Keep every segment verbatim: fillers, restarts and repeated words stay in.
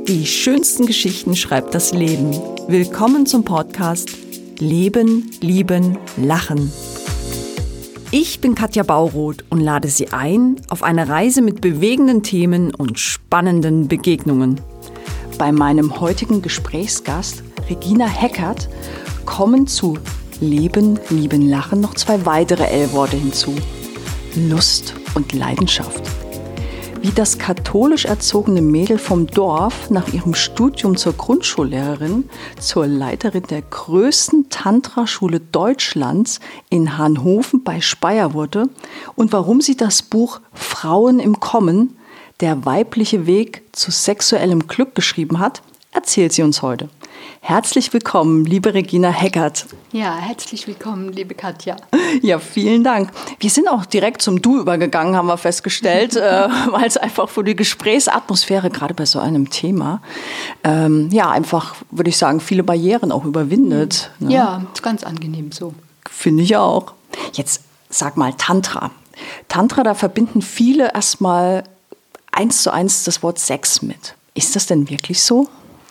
Die schönsten Geschichten schreibt das Leben. Willkommen zum Podcast Leben, Lieben, Lachen. Ich bin Katja Bauroth und lade Sie ein auf eine Reise mit bewegenden Themen und spannenden Begegnungen. Bei meinem heutigen Gesprächsgast Regina Heckert kommen zu Leben, Lieben, Lachen noch zwei weitere L-Worte hinzu. Lust und Leidenschaft. Wie das katholisch erzogene Mädel vom Dorf nach ihrem Studium zur Grundschullehrerin zur Leiterin der größten Tantra-Schule Deutschlands in Hanhofen bei Speyer wurde und warum sie das Buch Frauen im Kommen, der weibliche Weg zu sexuellem Glück geschrieben hat, erzählt sie uns heute. Herzlich willkommen, liebe Regina Heckert. Ja, herzlich willkommen, liebe Katja. Ja, vielen Dank. Wir sind auch direkt zum Du übergegangen, haben wir festgestellt, äh, weil es einfach für die Gesprächsatmosphäre, gerade bei so einem Thema, ähm, ja, einfach, würde ich sagen, viele Barrieren auch überwindet. Mhm. Ne? Ja, ist ganz angenehm so. Finde ich auch. Jetzt sag mal Tantra. Tantra, da verbinden viele erstmal eins zu eins das Wort Sex mit. Ist das denn wirklich so?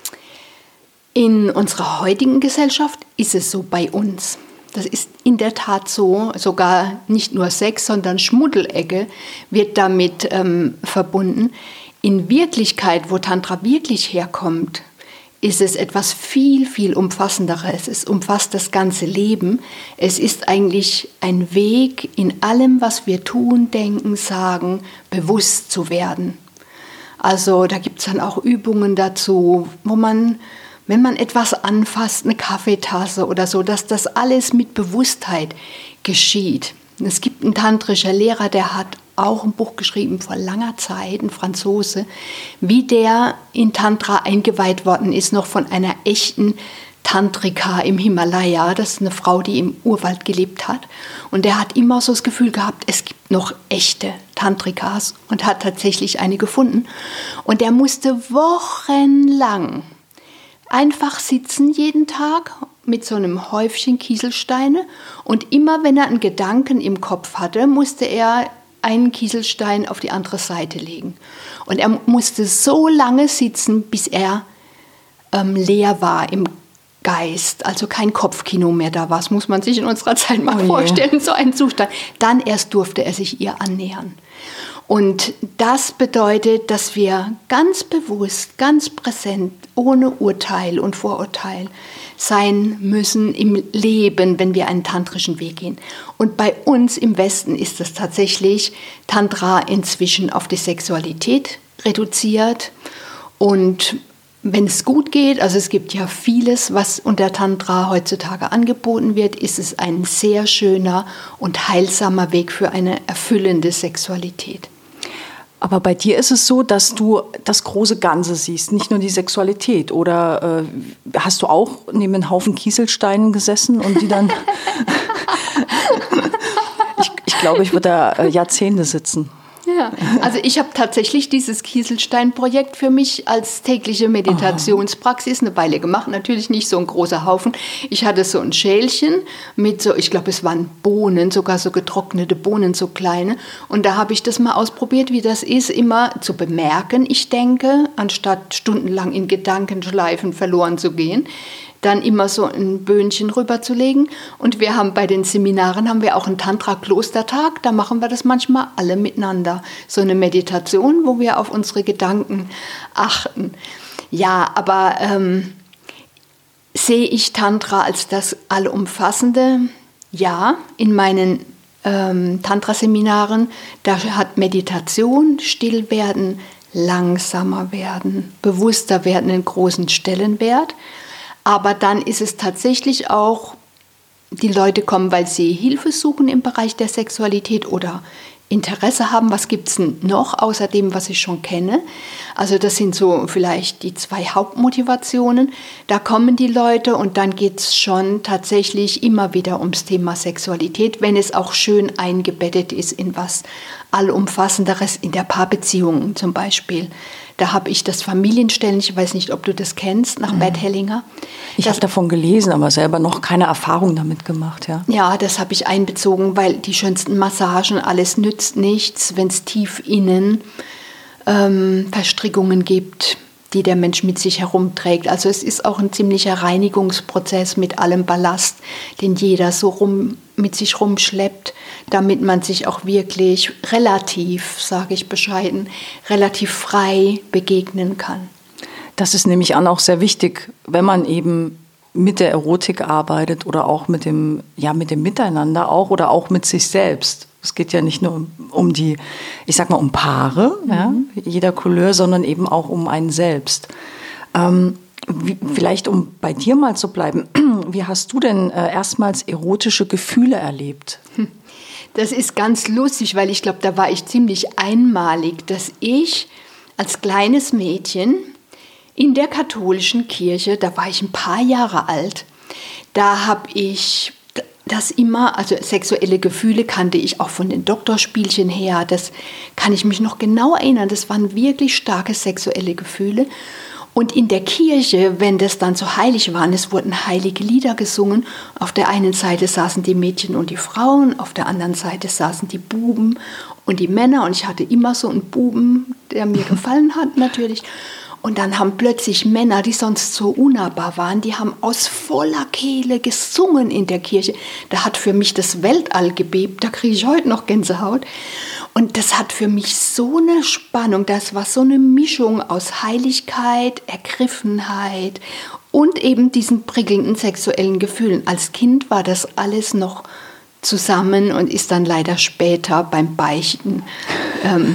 In unserer heutigen Gesellschaft ist es so bei uns. Das ist in der Tat so, sogar nicht nur Sex, sondern Schmuddelecke wird damit ähm, verbunden. In Wirklichkeit, wo Tantra wirklich herkommt, ist es etwas viel, viel Umfassenderes. Es umfasst das ganze Leben. Es ist eigentlich ein Weg, in allem, was wir tun, denken, sagen, bewusst zu werden. Also da gibt es dann auch Übungen dazu, wo man, wenn man etwas anfasst, eine Kaffeetasse oder so, dass das alles mit Bewusstheit geschieht. Es gibt einen tantrischer Lehrer, der hat auch ein Buch geschrieben vor langer Zeit, ein Franzose, wie der in Tantra eingeweiht worden ist, noch von einer echten Tantrika im Himalaya. Das ist eine Frau, die im Urwald gelebt hat. Und der hat immer so das Gefühl gehabt, es gibt noch echte Tantrikas und hat tatsächlich eine gefunden. Und der musste wochenlang einfach sitzen jeden Tag mit so einem Häufchen Kieselsteine. Und immer wenn er einen Gedanken im Kopf hatte, musste er einen Kieselstein auf die andere Seite legen. Und er musste so lange sitzen, bis er ähm, leer war im Geist, also kein Kopfkino mehr da war. Das muss man sich in unserer Zeit mal oh vorstellen, so ein Zustand. Dann erst durfte er sich ihr annähern. Und das bedeutet, dass wir ganz bewusst, ganz präsent, ohne Urteil und Vorurteil sein müssen im Leben, wenn wir einen tantrischen Weg gehen. Und bei uns im Westen ist es tatsächlich Tantra inzwischen auf die Sexualität reduziert. Und wenn es gut geht, also es gibt ja vieles, was unter Tantra heutzutage angeboten wird, ist es ein sehr schöner und heilsamer Weg für eine erfüllende Sexualität. Aber bei dir ist es so, dass du das große Ganze siehst, nicht nur die Sexualität. Oder äh, hast du auch neben einem Haufen Kieselsteinen gesessen und die dann... ich, ich glaube, ich würde da äh, Jahrzehnte sitzen. Ja, also ich habe tatsächlich dieses Kieselstein-Projekt für mich als tägliche Meditationspraxis eine Weile gemacht. Natürlich nicht so ein großer Haufen. Ich hatte so ein Schälchen mit so, ich glaube, es waren Bohnen, sogar so getrocknete Bohnen, so kleine. Und da habe ich das mal ausprobiert, wie das ist, immer zu bemerken, ich denke, anstatt stundenlang in Gedankenschleifen verloren zu gehen. Dann immer so ein Böhnchen rüberzulegen. Und wir haben bei den Seminaren haben wir auch einen Tantra-Klostertag. Da machen wir das manchmal alle miteinander. So eine Meditation, wo wir auf unsere Gedanken achten. Ja, aber ähm, sehe ich Tantra als das Allumfassende? Ja, in meinen ähm, Tantra-Seminaren, da hat Meditation, Stillwerden, langsamer werden, bewusster werden einen großen Stellenwert. Aber dann ist es tatsächlich auch, die Leute kommen, weil sie Hilfe suchen im Bereich der Sexualität oder Interesse haben. Was gibt es noch außer dem, was ich schon kenne? Also das sind so vielleicht die zwei Hauptmotivationen. Da kommen die Leute und dann geht es schon tatsächlich immer wieder ums Thema Sexualität, wenn es auch schön eingebettet ist in was Allumfassenderes, in der Paarbeziehung zum Beispiel. Da habe ich das Familienstellen, ich weiß nicht, ob du das kennst, nach mhm. Bert Hellinger. Ich habe davon gelesen, aber selber noch keine Erfahrung damit gemacht. Ja, ja, das habe ich einbezogen, weil die schönsten Massagen, alles nützt nichts, wenn es tief innen ähm, Verstrickungen gibt, die der Mensch mit sich herumträgt. Also es ist auch ein ziemlicher Reinigungsprozess mit allem Ballast, den jeder so rum, mit sich rumschleppt, damit man sich auch wirklich relativ, sage ich bescheiden, relativ frei begegnen kann. Das ist nämlich auch sehr wichtig, wenn man eben mit der Erotik arbeitet oder auch mit dem, ja, mit dem Miteinander auch oder auch mit sich selbst. Es geht ja nicht nur um, um die, ich sag mal, um Paare, mhm. ja, jeder Couleur, sondern eben auch um einen selbst. Ähm, wie, vielleicht, um bei dir mal zu bleiben, wie hast du denn äh, erstmals erotische Gefühle erlebt? Das ist ganz lustig, weil ich glaube, da war ich ziemlich einmalig, dass ich als kleines Mädchen in der katholischen Kirche, da war ich ein paar Jahre alt, da habe ich das immer, also sexuelle Gefühle kannte ich auch von den Doktorspielchen her, das kann ich mich noch genau erinnern, das waren wirklich starke sexuelle Gefühle. Und in der Kirche, wenn das dann so heilig war, es wurden heilige Lieder gesungen, auf der einen Seite saßen die Mädchen und die Frauen, auf der anderen Seite saßen die Buben und die Männer und ich hatte immer so einen Buben, der mir gefallen hat natürlich. Und dann haben plötzlich Männer, die sonst so unnahbar waren, die haben aus voller Kehle gesungen in der Kirche. Da hat für mich das Weltall gebebt, da kriege ich heute noch Gänsehaut. Und das hat für mich so eine Spannung, das war so eine Mischung aus Heiligkeit, Ergriffenheit und eben diesen prickelnden sexuellen Gefühlen. Als Kind war das alles noch zusammen und ist dann leider später beim Beichten ähm,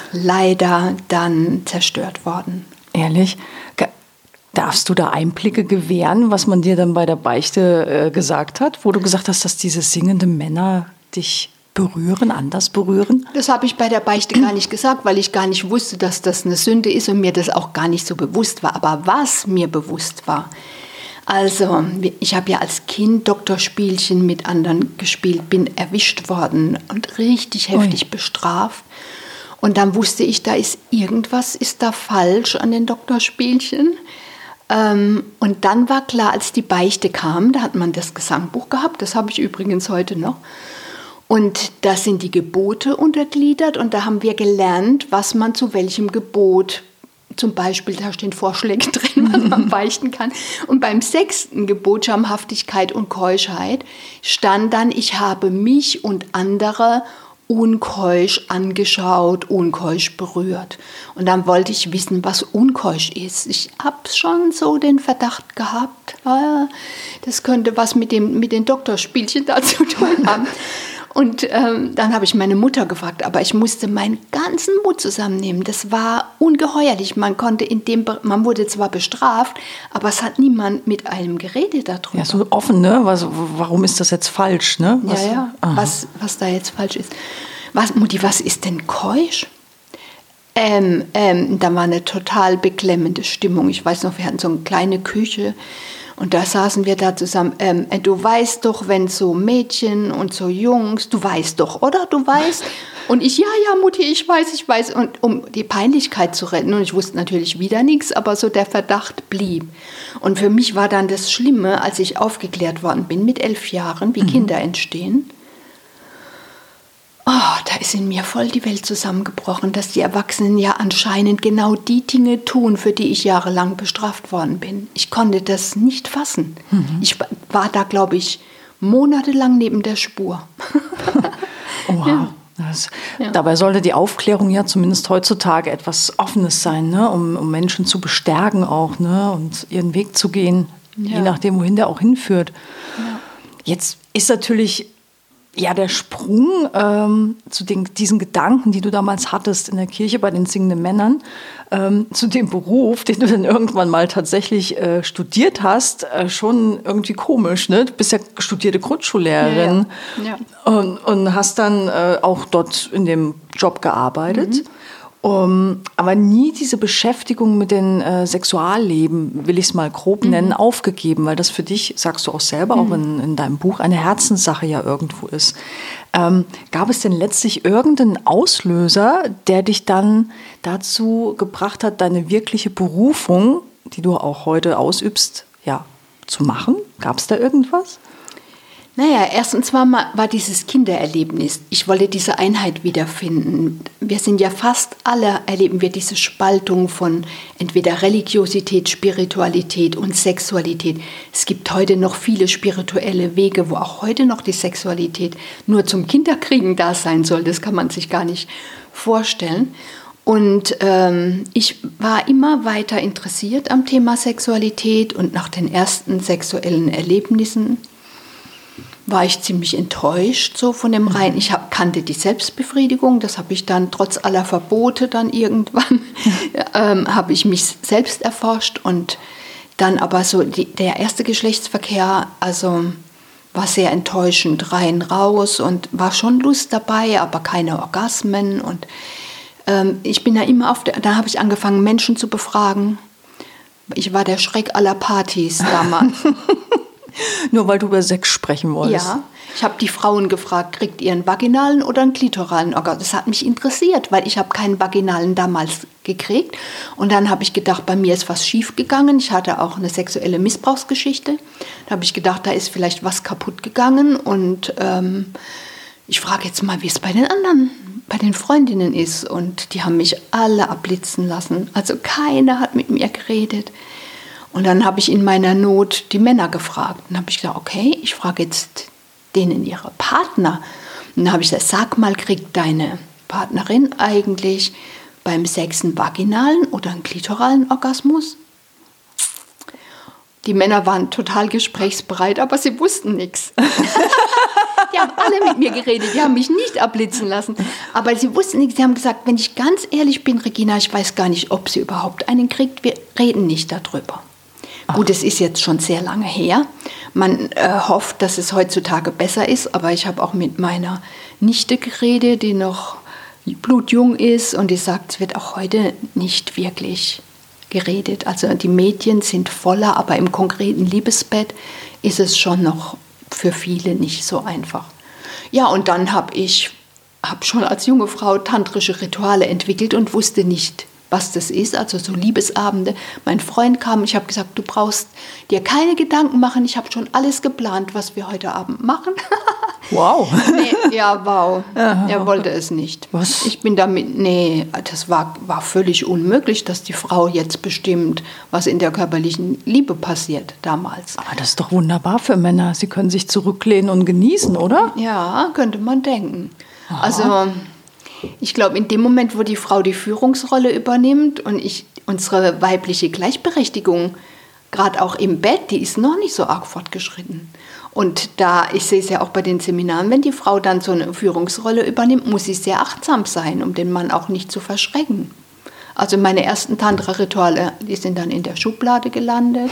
leider dann zerstört worden. Ehrlich? Darfst du da Einblicke gewähren, was man dir dann bei der Beichte äh, gesagt hat, wo du gesagt hast, dass diese singenden Männer dich berühren, anders berühren? Das habe ich bei der Beichte gar nicht gesagt, weil ich gar nicht wusste, dass das eine Sünde ist und mir das auch gar nicht so bewusst war. Aber was mir bewusst war, also ich habe ja als Kind Doktorspielchen mit anderen gespielt, bin erwischt worden und richtig heftig Ui. bestraft. Und dann wusste ich, da ist irgendwas, ist da falsch an den Doktorspielchen. Ähm, und dann war klar, als die Beichte kam, da hat man das Gesangbuch gehabt, das habe ich übrigens heute noch. Und da sind die Gebote untergliedert und da haben wir gelernt, was man zu welchem Gebot, zum Beispiel, da stehen Vorschläge drin, was man beichten kann. Und beim sechsten Gebot, Schamhaftigkeit und Keuschheit, stand dann, ich habe mich und andere unkeusch angeschaut, unkeusch berührt. Und dann wollte ich wissen, was unkeusch ist. Ich habe schon so den Verdacht gehabt, ah, das könnte was mit, dem, mit den Doktorspielchen da zu tun haben. Und ähm, dann habe ich meine Mutter gefragt, aber ich musste meinen ganzen Mut zusammennehmen. Das war ungeheuerlich. Man konnte in dem, man wurde zwar bestraft, aber es hat niemand mit einem geredet darüber. Ja, so offen, ne? Was, warum ist das jetzt falsch, ne? Was, ja, ja. Was, was da jetzt falsch ist. Was, Mutti, was ist denn keusch? Ähm, ähm, da war eine total beklemmende Stimmung. Ich weiß noch, wir hatten so eine kleine Küche. Und da saßen wir da zusammen. Ähm, du weißt doch, wenn so Mädchen und so Jungs, du weißt doch, oder? Du weißt. Und ich, ja, ja, Mutti, ich weiß, ich weiß. Und um die Peinlichkeit zu retten. Und ich wusste natürlich wieder nichts, aber so der Verdacht blieb. Und für mich war dann das Schlimme, als ich aufgeklärt worden bin mit elf Jahren, wie mhm. Kinder entstehen. Oh, da ist in mir voll die Welt zusammengebrochen, dass die Erwachsenen ja anscheinend genau die Dinge tun, für die ich jahrelang bestraft worden bin. Ich konnte das nicht fassen. Mhm. Ich war da, glaube ich, monatelang neben der Spur. Wow. Ja. Das, ja. Dabei sollte die Aufklärung ja zumindest heutzutage etwas Offenes sein, ne? um, um Menschen zu bestärken auch, ne? Und ihren Weg zu gehen, ja. je nachdem, wohin der auch hinführt. Ja. Jetzt ist natürlich ja, der Sprung ähm, zu den, diesen Gedanken, die du damals hattest in der Kirche bei den singenden Männern, ähm, zu dem Beruf, den du dann irgendwann mal tatsächlich äh, studiert hast, äh, schon irgendwie komisch, ne? Du bist ja studierte Grundschullehrerin ja, ja. Ja. Und, und hast dann äh, auch dort in dem Job gearbeitet. Mhm. Um, aber nie diese Beschäftigung mit dem äh, Sexualleben, will ich es mal grob nennen, mhm. aufgegeben, weil das für dich, sagst du auch selber, mhm. auch in, in deinem Buch, eine Herzenssache ja irgendwo ist. Ähm, gab es denn letztlich irgendeinen Auslöser, der dich dann dazu gebracht hat, deine wirkliche Berufung, die du auch heute ausübst, ja, zu machen? Gab es da irgendwas? Naja, erstens war, mal, war dieses Kindererlebnis. Ich wollte diese Einheit wiederfinden. Wir sind ja fast alle, erleben wir diese Spaltung von entweder Religiosität, Spiritualität und Sexualität. Es gibt heute noch viele spirituelle Wege, wo auch heute noch die Sexualität nur zum Kinderkriegen da sein soll. Das kann man sich gar nicht vorstellen. Und ähm, ich war immer weiter interessiert am Thema Sexualität und nach den ersten sexuellen Erlebnissen war ich ziemlich enttäuscht so von dem rein. Ich hab, kannte die Selbstbefriedigung, das habe ich dann trotz aller Verbote dann irgendwann, ähm, habe ich mich selbst erforscht und dann aber so die, der erste Geschlechtsverkehr, also war sehr enttäuschend, rein, raus und war schon Lust dabei, aber keine Orgasmen und ähm, ich bin da immer auf der, da habe ich angefangen Menschen zu befragen. Ich war der Schreck aller Partys damals. Nur weil du über Sex sprechen wolltest. Ja, ich habe die Frauen gefragt, kriegt ihr einen vaginalen oder einen klitoralen Orgasmus? Das hat mich interessiert, weil ich habe keinen vaginalen damals gekriegt. Und dann habe ich gedacht, bei mir ist was schiefgegangen. Ich hatte auch eine sexuelle Missbrauchsgeschichte. Da habe ich gedacht, da ist vielleicht was kaputt gegangen. Und ähm, ich frage jetzt mal, wie es bei den anderen, bei den Freundinnen ist. Und die haben mich alle abblitzen lassen. Also keiner hat mit mir geredet. Und dann habe ich in meiner Not die Männer gefragt. Und dann habe ich gesagt, okay, ich frage jetzt denen ihre Partner. Und dann habe ich gesagt, sag mal, kriegt deine Partnerin eigentlich beim Sex einen vaginalen oder einen klitoralen Orgasmus? Die Männer waren total gesprächsbereit, aber sie wussten nichts. Die haben alle mit mir geredet, die haben mich nicht abblitzen lassen. Aber sie wussten nichts, sie haben gesagt, wenn ich ganz ehrlich bin, Regina, ich weiß gar nicht, ob sie überhaupt einen kriegt, wir reden nicht darüber. Ach. Gut, es ist jetzt schon sehr lange her. Man äh, hofft, dass es heutzutage besser ist, aber ich habe auch mit meiner Nichte geredet, die noch blutjung ist und die sagt, es wird auch heute nicht wirklich geredet. Also die Medien sind voller, aber im konkreten Liebesbett ist es schon noch für viele nicht so einfach. Ja, und dann habe ich hab schon als junge Frau tantrische Rituale entwickelt und wusste nicht, was das ist, also so Liebesabende. Mein Freund kam, ich habe gesagt, du brauchst dir keine Gedanken machen, ich habe schon alles geplant, was wir heute Abend machen. Wow. Nee, ja, wow. Aha. Er wollte es nicht. Was? Ich bin damit, nee, das war, war völlig unmöglich, dass die Frau jetzt bestimmt, was in der körperlichen Liebe passiert damals. Aber das ist doch wunderbar für Männer. Sie können sich zurücklehnen und genießen, oder? Ja, könnte man denken. Aha. Also ich glaube, in dem Moment, wo die Frau die Führungsrolle übernimmt und ich, unsere weibliche Gleichberechtigung, gerade auch im Bett, die ist noch nicht so arg fortgeschritten. Und da, ich sehe es ja auch bei den Seminaren, wenn die Frau dann so eine Führungsrolle übernimmt, muss sie sehr achtsam sein, um den Mann auch nicht zu verschrecken. Also meine ersten Tantra-Rituale, die sind dann in der Schublade gelandet.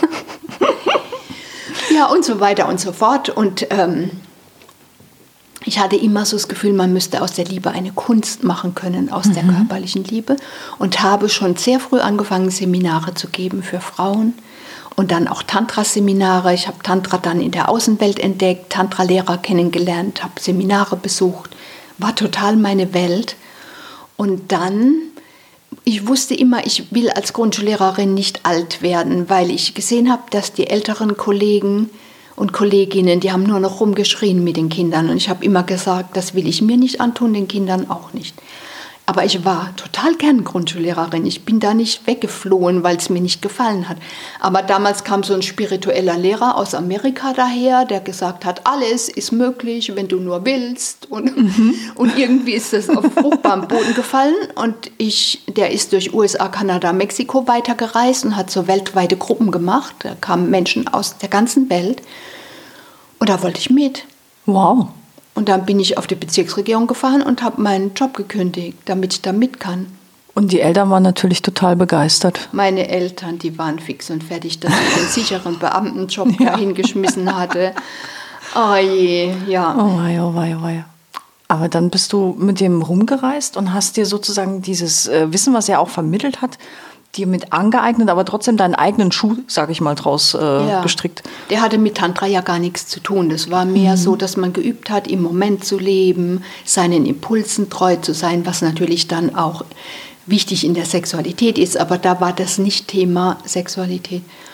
Ja, und so weiter und so fort. Und ähm, ich hatte immer so das Gefühl, man müsste aus der Liebe eine Kunst machen können, aus mhm. der körperlichen Liebe. Und habe schon sehr früh angefangen, Seminare zu geben für Frauen. Und dann auch Tantra-Seminare. Ich habe Tantra dann in der Außenwelt entdeckt, Tantra-Lehrer kennengelernt, habe Seminare besucht. War total meine Welt. Und dann, ich wusste immer, ich will als Grundschullehrerin nicht alt werden, weil ich gesehen habe, dass die älteren Kollegen und Kolleginnen, die haben nur noch rumgeschrien mit den Kindern. Und ich habe immer gesagt, das will ich mir nicht antun, den Kindern auch nicht. Aber ich war total gern Grundschullehrerin. Ich bin da nicht weggeflohen, weil es mir nicht gefallen hat. Aber damals kam so ein spiritueller Lehrer aus Amerika daher, der gesagt hat, alles ist möglich, wenn du nur willst. Und, mhm. und irgendwie ist das auf fruchtbarem Boden gefallen. Und ich, der ist durch U S A, Kanada, Mexiko weitergereist und hat so weltweite Gruppen gemacht. Da kamen Menschen aus der ganzen Welt. Und da wollte ich mit. Wow. Und dann bin ich auf die Bezirksregierung gefahren und habe meinen Job gekündigt, damit ich da mit kann. Und die Eltern waren natürlich total begeistert. Meine Eltern, die waren fix und fertig, dass ich den sicheren Beamtenjob ja. dahin geschmissen hatte. Oh je, ja. Oh wei, oh wei, oh wei. Aber dann bist du mit dem rumgereist und hast dir sozusagen dieses äh, Wissen, was er auch vermittelt hat, dir mit angeeignet, aber trotzdem deinen eigenen Schuh, sage ich mal, draus äh, ja. gestrickt. Der hatte mit Tantra ja gar nichts zu tun. Das war mehr mhm. so, dass man geübt hat, im Moment zu leben, seinen Impulsen treu zu sein, was natürlich dann auch wichtig in der Sexualität ist. Aber da war das nicht Thema Sexualität.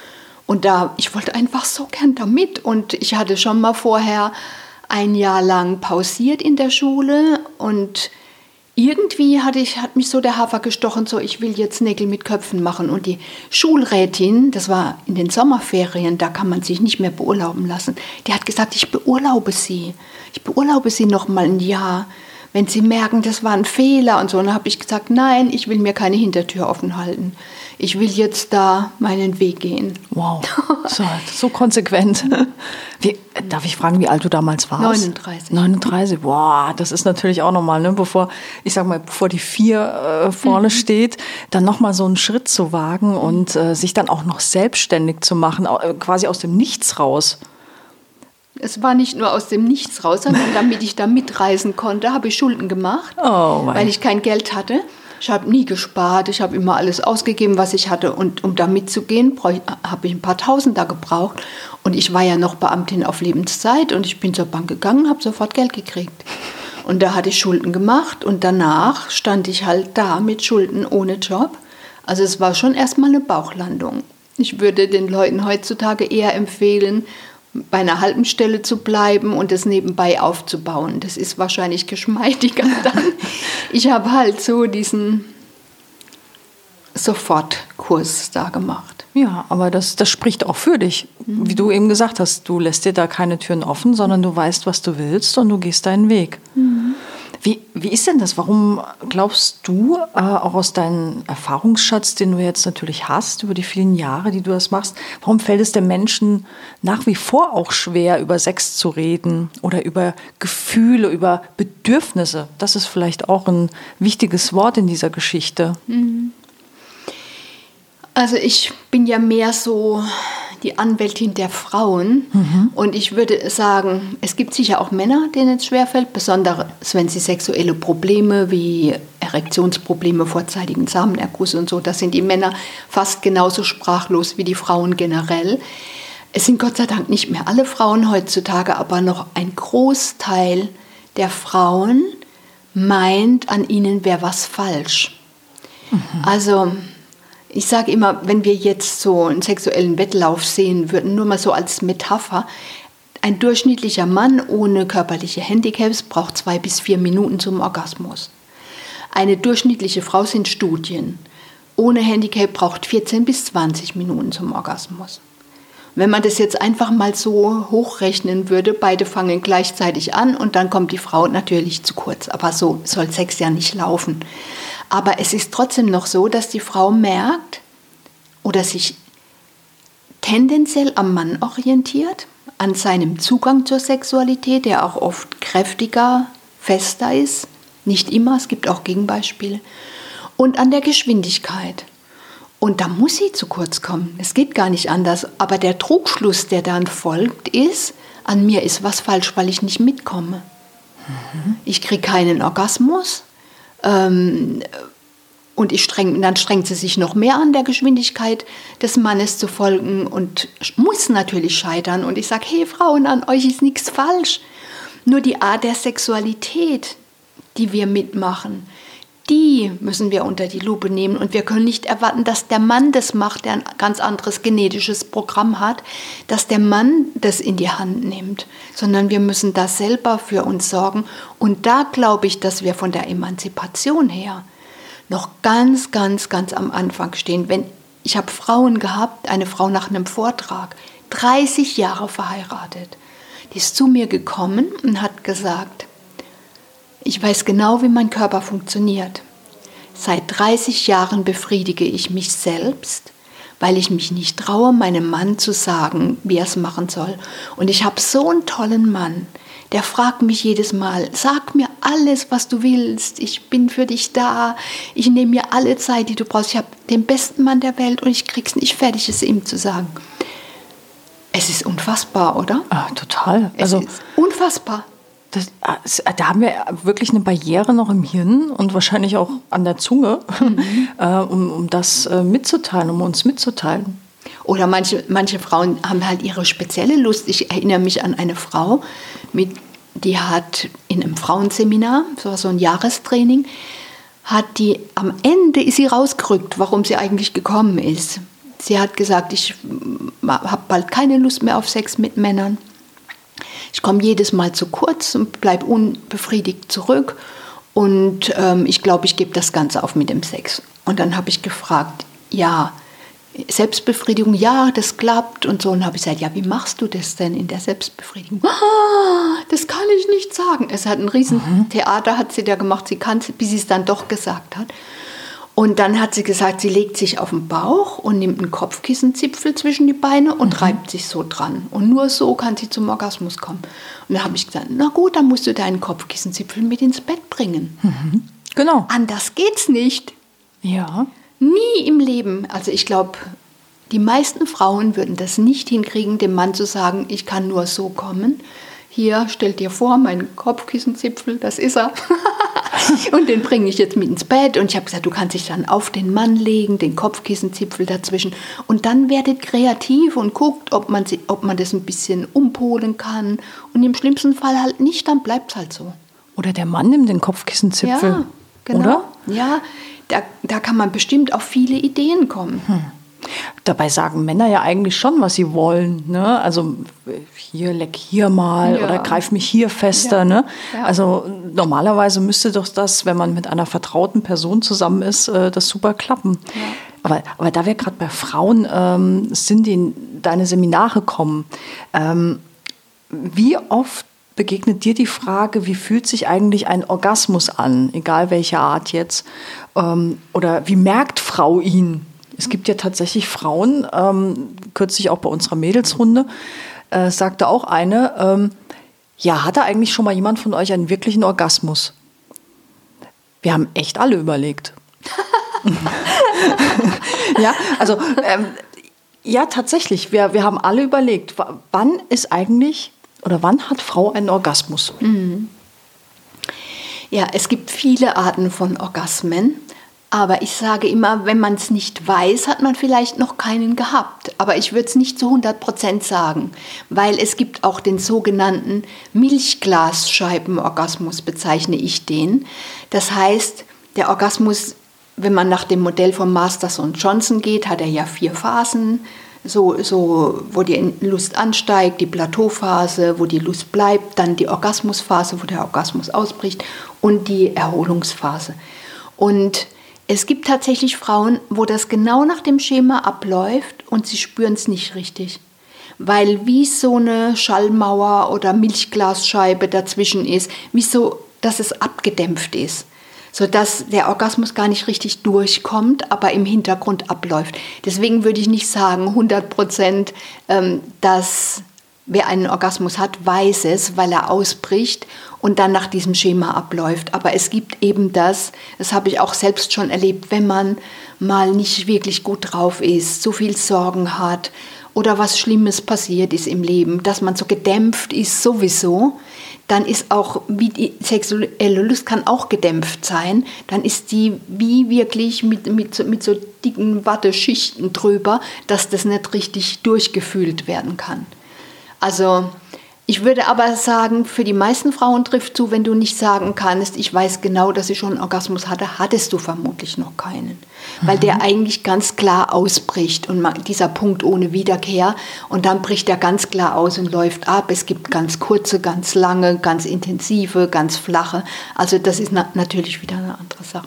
Und da, ich wollte einfach so gern damit. Und ich hatte schon mal vorher ein Jahr lang pausiert in der Schule und irgendwie hatte ich, hat mich so der Hafer gestochen, so ich will jetzt Nägel mit Köpfen machen. Und die Schulrätin, das war in den Sommerferien, da kann man sich nicht mehr beurlauben lassen, die hat gesagt, ich beurlaube Sie. Ich beurlaube Sie noch mal ein Jahr, wenn Sie merken, das war ein Fehler und so. Und dann habe ich gesagt, nein, ich will mir keine Hintertür offen halten. Ich will jetzt da meinen Weg gehen. Wow, so, so konsequent. Wie, darf ich fragen, wie alt du damals warst? neununddreißig. neununddreißig, wow, das ist natürlich auch nochmal, ne, bevor, ich sag mal, bevor die vier äh, vorne mhm. steht, dann nochmal so einen Schritt zu wagen und äh, sich dann auch noch selbstständig zu machen, äh, quasi aus dem Nichts raus. Es war nicht nur aus dem Nichts raus, sondern damit ich da mitreisen konnte, habe ich Schulden gemacht, oh, weil ich kein Geld hatte. Ich habe nie gespart, ich habe immer alles ausgegeben, was ich hatte. Und um da mitzugehen, habe ich ein paar Tausender gebraucht. Und ich war ja noch Beamtin auf Lebenszeit und ich bin zur Bank gegangen, habe sofort Geld gekriegt. Und da hatte ich Schulden gemacht und danach stand ich halt da mit Schulden ohne Job. Also es war schon erstmal eine Bauchlandung. Ich würde den Leuten heutzutage eher empfehlen, bei einer halben Stelle zu bleiben und das nebenbei aufzubauen. Das ist wahrscheinlich geschmeidiger dann. Ich habe halt so diesen Sofortkurs da gemacht. Ja, aber das, das spricht auch für dich. Mhm. Wie du eben gesagt hast, du lässt dir da keine Türen offen, sondern du weißt, was du willst und du gehst deinen Weg. Mhm. Wie, wie ist denn das? Warum glaubst du, äh, auch aus deinem Erfahrungsschatz, den du jetzt natürlich hast, über die vielen Jahre, die du das machst, warum fällt es den Menschen nach wie vor auch schwer, über Sex zu reden oder über Gefühle, über Bedürfnisse? Das ist vielleicht auch ein wichtiges Wort in dieser Geschichte. Also ich bin ja mehr so die Anwältin der Frauen. Mhm. Und ich würde sagen, es gibt sicher auch Männer, denen es schwerfällt, besonders wenn sie sexuelle Probleme wie Erektionsprobleme, vorzeitigen Samenerguss und so, da sind die Männer fast genauso sprachlos wie die Frauen generell. Es sind Gott sei Dank nicht mehr alle Frauen heutzutage, aber noch ein Großteil der Frauen meint, an ihnen wäre was falsch. Mhm. Also ich sage immer, wenn wir jetzt so einen sexuellen Wettlauf sehen würden, nur mal so als Metapher, ein durchschnittlicher Mann ohne körperliche Handicaps braucht zwei bis vier Minuten zum Orgasmus. Eine durchschnittliche Frau sind Studien. Ohne Handicap braucht vierzehn bis zwanzig Minuten zum Orgasmus. Wenn man das jetzt einfach mal so hochrechnen würde, beide fangen gleichzeitig an und dann kommt die Frau natürlich zu kurz. Aber so soll Sex ja nicht laufen. Aber es ist trotzdem noch so, dass die Frau merkt oder sich tendenziell am Mann orientiert, an seinem Zugang zur Sexualität, der auch oft kräftiger, fester ist. Nicht immer, es gibt auch Gegenbeispiele. Und an der Geschwindigkeit. Und da muss sie zu kurz kommen. Es geht gar nicht anders. Aber der Trugschluss, der dann folgt, ist, an mir ist was falsch, weil ich nicht mitkomme. Mhm. Ich kriege keinen Orgasmus. Ähm, und ich streng, dann strengt sie sich noch mehr an, der Geschwindigkeit des Mannes zu folgen und muss natürlich scheitern. Und ich sage, hey Frauen, an euch ist nichts falsch. Nur die Art der Sexualität, die wir mitmachen, die müssen wir unter die Lupe nehmen. Und wir können nicht erwarten, dass der Mann das macht, der ein ganz anderes genetisches Programm hat, dass der Mann das in die Hand nimmt, sondern wir müssen da selber für uns sorgen. Und da glaube ich, dass wir von der Emanzipation her noch ganz, ganz, ganz am Anfang stehen. Wenn, ich habe Frauen gehabt, eine Frau nach einem Vortrag, dreißig Jahre verheiratet, die ist zu mir gekommen und hat gesagt, ich weiß genau, wie mein Körper funktioniert. Seit dreißig Jahren befriedige ich mich selbst, weil ich mich nicht traue, meinem Mann zu sagen, wie er es machen soll. Und ich habe so einen tollen Mann, der fragt mich jedes Mal, sag mir alles, was du willst. Ich bin für dich da. Ich nehme mir alle Zeit, die du brauchst. Ich habe den besten Mann der Welt und ich krieg's nicht fertig, es ihm zu sagen. Es ist unfassbar, oder? Ah, total. Es also, ist unfassbar. Das, da haben wir wirklich eine Barriere noch im Hirn und wahrscheinlich auch an der Zunge, mhm. äh, um, um das äh, mitzuteilen, um uns mitzuteilen. Oder manche, manche Frauen haben halt ihre spezielle Lust. Ich erinnere mich an eine Frau, mit, die hat in einem Frauenseminar, so, so ein Jahrestraining, hat die, am Ende ist sie rausgerückt, warum sie eigentlich gekommen ist. Sie hat gesagt, ich habe bald keine Lust mehr auf Sex mit Männern. Ich komme jedes Mal zu kurz und bleibe unbefriedigt zurück. Und ähm, ich glaube, ich gebe das Ganze auf mit dem Sex. Und dann habe ich gefragt, ja, Selbstbefriedigung, ja, das klappt und so. Und habe ich gesagt, ja, wie machst du das denn in der Selbstbefriedigung? Ah, das kann ich nicht sagen. Es hat ein Riesentheater, hat sie da gemacht, sie kann, bis sie es dann doch gesagt hat. Und dann hat sie gesagt, sie legt sich auf den Bauch und nimmt einen Kopfkissenzipfel zwischen die Beine und mhm. reibt sich so dran. Und nur so kann sie zum Orgasmus kommen. Und dann habe ich gesagt, na gut, dann musst du deinen Kopfkissenzipfel mit ins Bett bringen. Mhm. Genau. Anders geht's nicht. Ja. Nie im Leben. Also ich glaube, die meisten Frauen würden das nicht hinkriegen, dem Mann zu sagen, ich kann nur so kommen. Hier, stell dir vor, mein Kopfkissenzipfel, das ist er. Und den bringe ich jetzt mit ins Bett. Und ich habe gesagt, du kannst dich dann auf den Mann legen, den Kopfkissenzipfel dazwischen. Und dann werdet kreativ und guckt, ob man, ob man das ein bisschen umpolen kann. Und im schlimmsten Fall halt nicht, dann bleibt es halt so. Oder der Mann nimmt den Kopfkissenzipfel. Ja, genau. Oder? Ja, da, da kann man bestimmt auf viele Ideen kommen. Hm. Dabei sagen Männer ja eigentlich schon, was sie wollen. Ne? Also hier, leck hier mal ja. oder greif mich hier fester. Ja. Ne? Ja. Also normalerweise müsste doch das, wenn man mit einer vertrauten Person zusammen ist, das super klappen. Ja. Aber, aber da wir gerade bei Frauen ähm, sind, die in deine Seminare kommen, ähm, wie oft begegnet dir die Frage, wie fühlt sich eigentlich ein Orgasmus an, egal welche Art jetzt, ähm, oder wie merkt Frau ihn? Es gibt ja tatsächlich Frauen, ähm, kürzlich auch bei unserer Mädelsrunde, äh, sagte auch eine, ähm, ja, hatte eigentlich schon mal jemand von euch einen wirklichen Orgasmus? Wir haben echt alle überlegt. Ja, also ähm, ja, tatsächlich, wir, wir haben alle überlegt, w- wann ist eigentlich oder wann hat Frau einen Orgasmus? Mhm. Ja, es gibt viele Arten von Orgasmen. Aber ich sage immer, wenn man es nicht weiß, hat man vielleicht noch keinen gehabt. Aber ich würde es nicht zu hundert Prozent sagen, weil es gibt auch den sogenannten Milchglasscheibenorgasmus, bezeichne ich den. Das heißt, der Orgasmus, wenn man nach dem Modell von Masters und Johnson geht, hat er ja vier Phasen. So, so, wo die Lust ansteigt, die Plateauphase, wo die Lust bleibt, dann die Orgasmusphase, wo der Orgasmus ausbricht und die Erholungsphase. Und es gibt tatsächlich Frauen, wo das genau nach dem Schema abläuft und sie spüren es nicht richtig. Weil wie so eine Schallmauer oder Milchglasscheibe dazwischen ist, wie so, dass es abgedämpft ist. Sodass der Orgasmus gar nicht richtig durchkommt, aber im Hintergrund abläuft. Deswegen würde ich nicht sagen, hundert Prozent, ähm, dass wer einen Orgasmus hat, weiß es, weil er ausbricht und dann nach diesem Schema abläuft. Aber es gibt eben das, das habe ich auch selbst schon erlebt, wenn man mal nicht wirklich gut drauf ist, so viel Sorgen hat oder was Schlimmes passiert ist im Leben, dass man so gedämpft ist sowieso, dann ist auch, wie die sexuelle Lust kann auch gedämpft sein, dann ist die wie wirklich mit, mit, so, mit so dicken Watteschichten drüber, dass das nicht richtig durchgefühlt werden kann. Also ich würde aber sagen, für die meisten Frauen trifft zu, wenn du nicht sagen kannst, ich weiß genau, dass ich schon einen Orgasmus hatte, hattest du vermutlich noch keinen. Mhm. Weil der eigentlich ganz klar ausbricht und dieser Punkt ohne Wiederkehr und dann bricht er ganz klar aus und läuft ab. Es gibt ganz kurze, ganz lange, ganz intensive, ganz flache. Also das ist na- natürlich wieder eine andere Sache.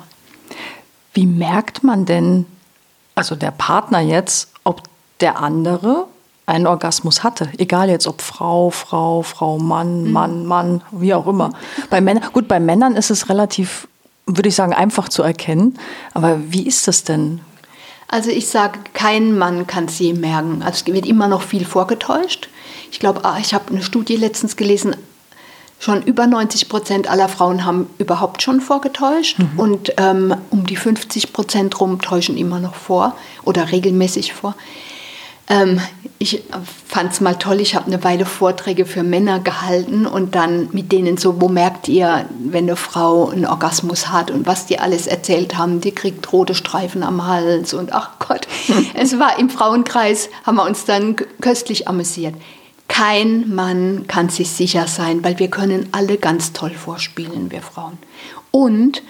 Wie merkt man denn, also der Partner jetzt, ob der andere einen Orgasmus hatte, egal jetzt ob Frau, Frau, Frau, Mann, Mann, Mann, wie auch immer. Bei Männern, gut, bei Männern ist es relativ, würde ich sagen, einfach zu erkennen. Aber wie ist das denn? Also ich sage, kein Mann kann es je merken. Also es wird immer noch viel vorgetäuscht. Ich glaube, ich habe eine Studie letztens gelesen, schon über neunzig Prozent aller Frauen haben überhaupt schon vorgetäuscht mhm. und ähm, um die fünfzig Prozent rum täuschen immer noch vor oder regelmäßig vor. Ähm, ich fand es mal toll, ich habe eine Weile Vorträge für Männer gehalten und dann mit denen so, wo merkt ihr, wenn eine Frau einen Orgasmus hat und was die alles erzählt haben, die kriegt rote Streifen am Hals und ach Gott, es war im Frauenkreis, haben wir uns dann köstlich amüsiert. Kein Mann kann sich sicher sein, weil wir können alle ganz toll vorspielen, wir Frauen. Und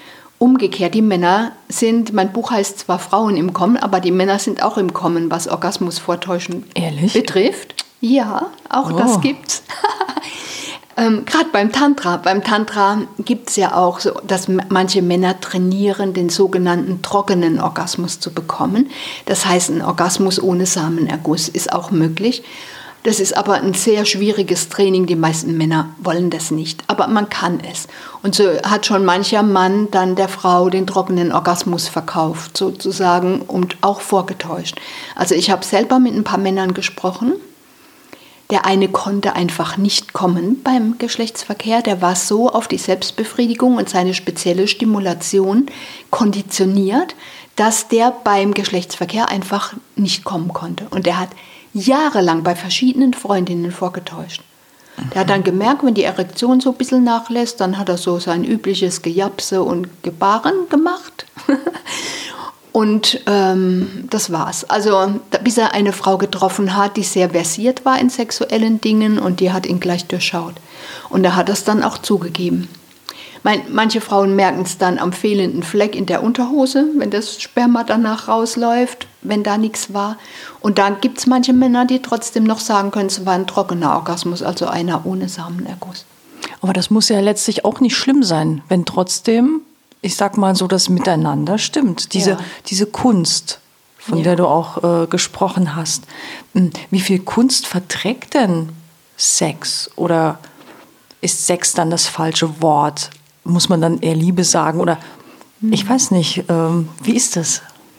umgekehrt, die Männer sind, mein Buch heißt zwar Frauen im Kommen, aber die Männer sind auch im Kommen, was Orgasmusvortäuschen Ehrlich? betrifft. Ja, auch oh. das gibt's. ähm, Gerade beim Tantra. Beim Tantra gibt es ja auch so, dass manche Männer trainieren, den sogenannten trockenen Orgasmus zu bekommen. Das heißt, ein Orgasmus ohne Samenerguss ist auch möglich. Das ist aber ein sehr schwieriges Training. Die meisten Männer wollen das nicht, aber man kann es. Und so hat schon mancher Mann dann der Frau den trockenen Orgasmus verkauft, sozusagen, und auch vorgetäuscht. Also ich habe selber mit ein paar Männern gesprochen. Der eine konnte einfach nicht kommen beim Geschlechtsverkehr. Der war so auf die Selbstbefriedigung und seine spezielle Stimulation konditioniert, dass der beim Geschlechtsverkehr einfach nicht kommen konnte. Und der hat jahrelang bei verschiedenen Freundinnen vorgetäuscht. Der hat dann gemerkt, wenn die Erektion so ein bisschen nachlässt, dann hat er so sein übliches Gejapse und Gebaren gemacht. Und ähm, das war's. Also bis er eine Frau getroffen hat, die sehr versiert war in sexuellen Dingen, und die hat ihn gleich durchschaut. Und er hat das dann auch zugegeben. Mein, manche Frauen merken es dann am fehlenden Fleck in der Unterhose, wenn das Sperma danach rausläuft, wenn da nichts war. Und dann gibt es manche Männer, die trotzdem noch sagen können, es war ein trockener Orgasmus, also einer ohne Samenerguss. Aber das muss ja letztlich auch nicht schlimm sein, wenn trotzdem, ich sag mal so, das Miteinander stimmt. Diese, ja. diese Kunst, von ja. der du auch äh, gesprochen hast. Wie viel Kunst verträgt denn Sex? Oder ist Sex dann das falsche Wort? Muss man dann eher Liebe sagen? Oder ich weiß nicht, ähm, wie ist das?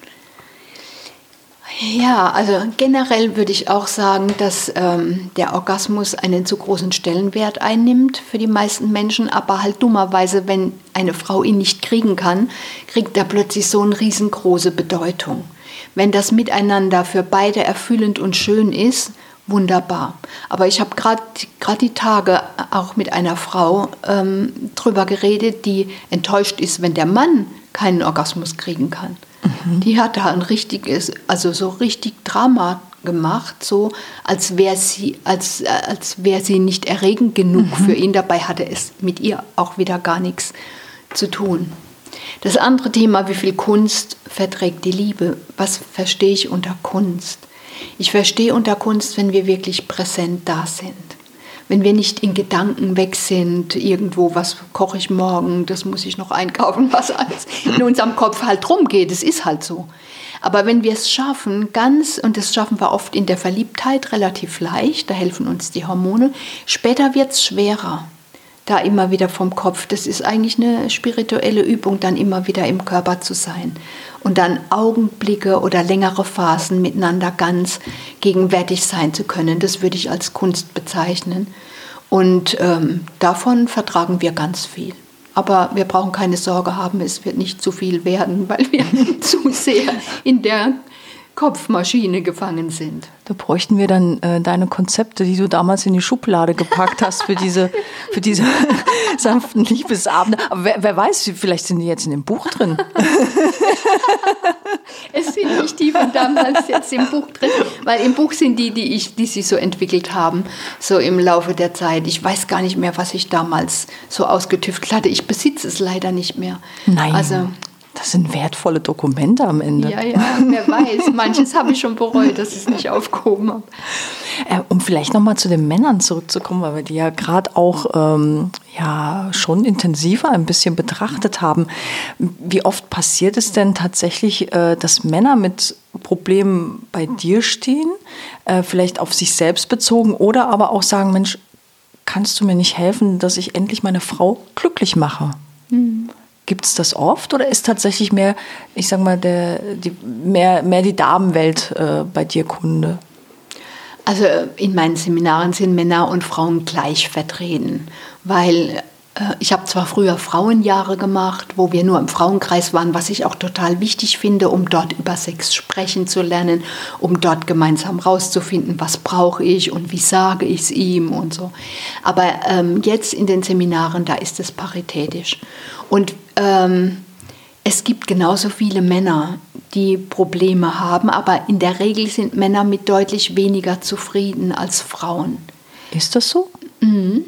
Ja, also generell würde ich auch sagen, dass ähm, der Orgasmus einen zu großen Stellenwert einnimmt für die meisten Menschen, aber halt dummerweise, wenn eine Frau ihn nicht kriegen kann, kriegt er plötzlich so eine riesengroße Bedeutung. Wenn das Miteinander für beide erfüllend und schön ist, wunderbar. Aber ich habe gerade gerade die Tage auch mit einer Frau ähm, drüber geredet, die enttäuscht ist, wenn der Mann keinen Orgasmus kriegen kann. Mhm. Die hat da ein richtiges, also so richtig Drama gemacht, so als wäre sie, als, als wäre sie nicht erregend genug mhm. für ihn. Dabei hatte es mit ihr auch wieder gar nichts zu tun. Das andere Thema, wie viel Kunst verträgt die Liebe? Was verstehe ich unter Kunst? Ich verstehe unter Kunst, wenn wir wirklich präsent da sind. Wenn wir nicht in Gedanken weg sind, irgendwo, was koche ich morgen, das muss ich noch einkaufen, was alles in unserem Kopf halt rumgeht, es ist halt so. Aber wenn wir es schaffen, ganz, und das schaffen wir oft in der Verliebtheit relativ leicht, da helfen uns die Hormone, später wird es schwerer, da immer wieder vom Kopf. Das ist eigentlich eine spirituelle Übung, dann immer wieder im Körper zu sein. Und dann Augenblicke oder längere Phasen miteinander ganz gegenwärtig sein zu können. Das würde ich als Kunst bezeichnen. Und ähm, davon vertragen wir ganz viel. Aber wir brauchen keine Sorge haben, es wird nicht zu viel werden, weil wir zu sehr in der Kopfmaschine gefangen sind. Da bräuchten wir dann äh, deine Konzepte, die du damals in die Schublade gepackt hast für diese, für diese sanften Liebesabende. Aber wer, wer weiß, vielleicht sind die jetzt in dem Buch drin. Es sind nicht die von damals jetzt im Buch drin, weil im Buch sind die, die, ich, die sie so entwickelt haben, so im Laufe der Zeit. Ich weiß gar nicht mehr, was ich damals so ausgetüftelt hatte. Ich besitze es leider nicht mehr. Nein. Also, das sind wertvolle Dokumente am Ende. Ja, ja, wer weiß. Manches habe ich schon bereut, dass ich es nicht aufgehoben habe. Äh, um vielleicht nochmal zu den Männern zurückzukommen, weil wir die ja gerade auch ähm, ja, schon intensiver ein bisschen betrachtet haben. Wie oft passiert es denn tatsächlich, äh, dass Männer mit Problemen bei dir stehen, äh, vielleicht auf sich selbst bezogen, oder aber auch sagen, Mensch, kannst du mir nicht helfen, dass ich endlich meine Frau glücklich mache? Mhm. Gibt es das oft, oder ist tatsächlich mehr, ich sag mal, der, die, mehr, mehr die Damenwelt äh, bei dir Kunde? Also in meinen Seminaren sind Männer und Frauen gleich vertreten, weil äh, ich habe zwar früher Frauenjahre gemacht, wo wir nur im Frauenkreis waren, was ich auch total wichtig finde, um dort über Sex sprechen zu lernen, um dort gemeinsam rauszufinden, was brauche ich und wie sage ich es ihm und so. Aber ähm, jetzt in den Seminaren, da ist es paritätisch. Und ähm, es gibt genauso viele Männer, die Probleme haben, aber in der Regel sind Männer mit deutlich weniger zufrieden als Frauen. Ist das so? Mhm.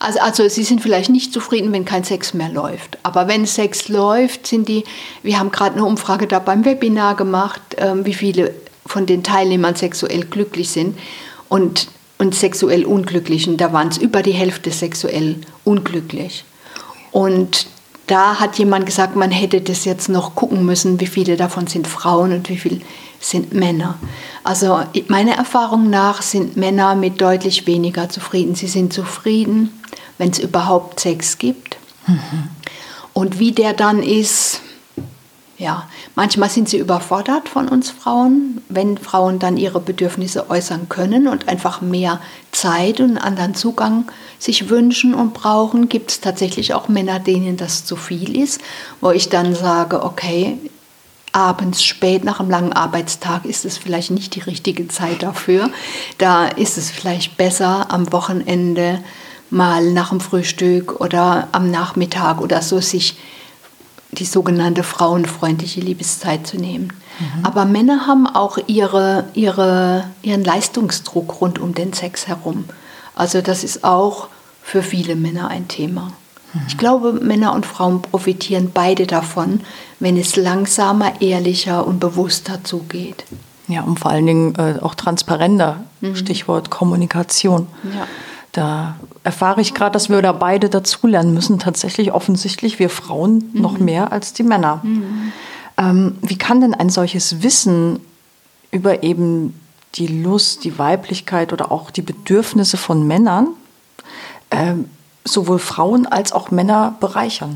Also, also sie sind vielleicht nicht zufrieden, wenn kein Sex mehr läuft. Aber wenn Sex läuft, sind die, wir haben gerade eine Umfrage da beim Webinar gemacht, ähm, wie viele von den Teilnehmern sexuell glücklich sind. Und, und sexuell Unglücklichen, da waren es über die Hälfte sexuell unglücklich. Und da hat jemand gesagt, man hätte das jetzt noch gucken müssen, wie viele davon sind Frauen und wie viele sind Männer. Also meiner Erfahrung nach sind Männer mit deutlich weniger zufrieden. Sie sind zufrieden, wenn es überhaupt Sex gibt. Mhm. Und wie der dann ist, ja, manchmal sind sie überfordert von uns Frauen, wenn Frauen dann ihre Bedürfnisse äußern können und einfach mehr Zeit und einen anderen Zugang sich wünschen und brauchen, gibt es tatsächlich auch Männer, denen das zu viel ist, wo ich dann sage, okay, abends spät nach einem langen Arbeitstag ist es vielleicht nicht die richtige Zeit dafür. Da ist es vielleicht besser, am Wochenende mal nach dem Frühstück oder am Nachmittag oder so sich die sogenannte frauenfreundliche Liebeszeit zu nehmen. Mhm. Aber Männer haben auch ihre, ihre, ihren Leistungsdruck rund um den Sex herum. Also das ist auch für viele Männer ein Thema. Mhm. Ich glaube, Männer und Frauen profitieren beide davon, wenn es langsamer, ehrlicher und bewusster zugeht. Ja, und vor allen Dingen äh, auch transparenter, mhm. Stichwort Kommunikation. Ja. Da erfahre ich gerade, dass wir da beide dazulernen müssen. Tatsächlich offensichtlich wir Frauen mhm. noch mehr als die Männer. Mhm. Ähm, wie kann denn ein solches Wissen über eben die Lust, die Weiblichkeit oder auch die Bedürfnisse von Männern äh, sowohl Frauen als auch Männer bereichern?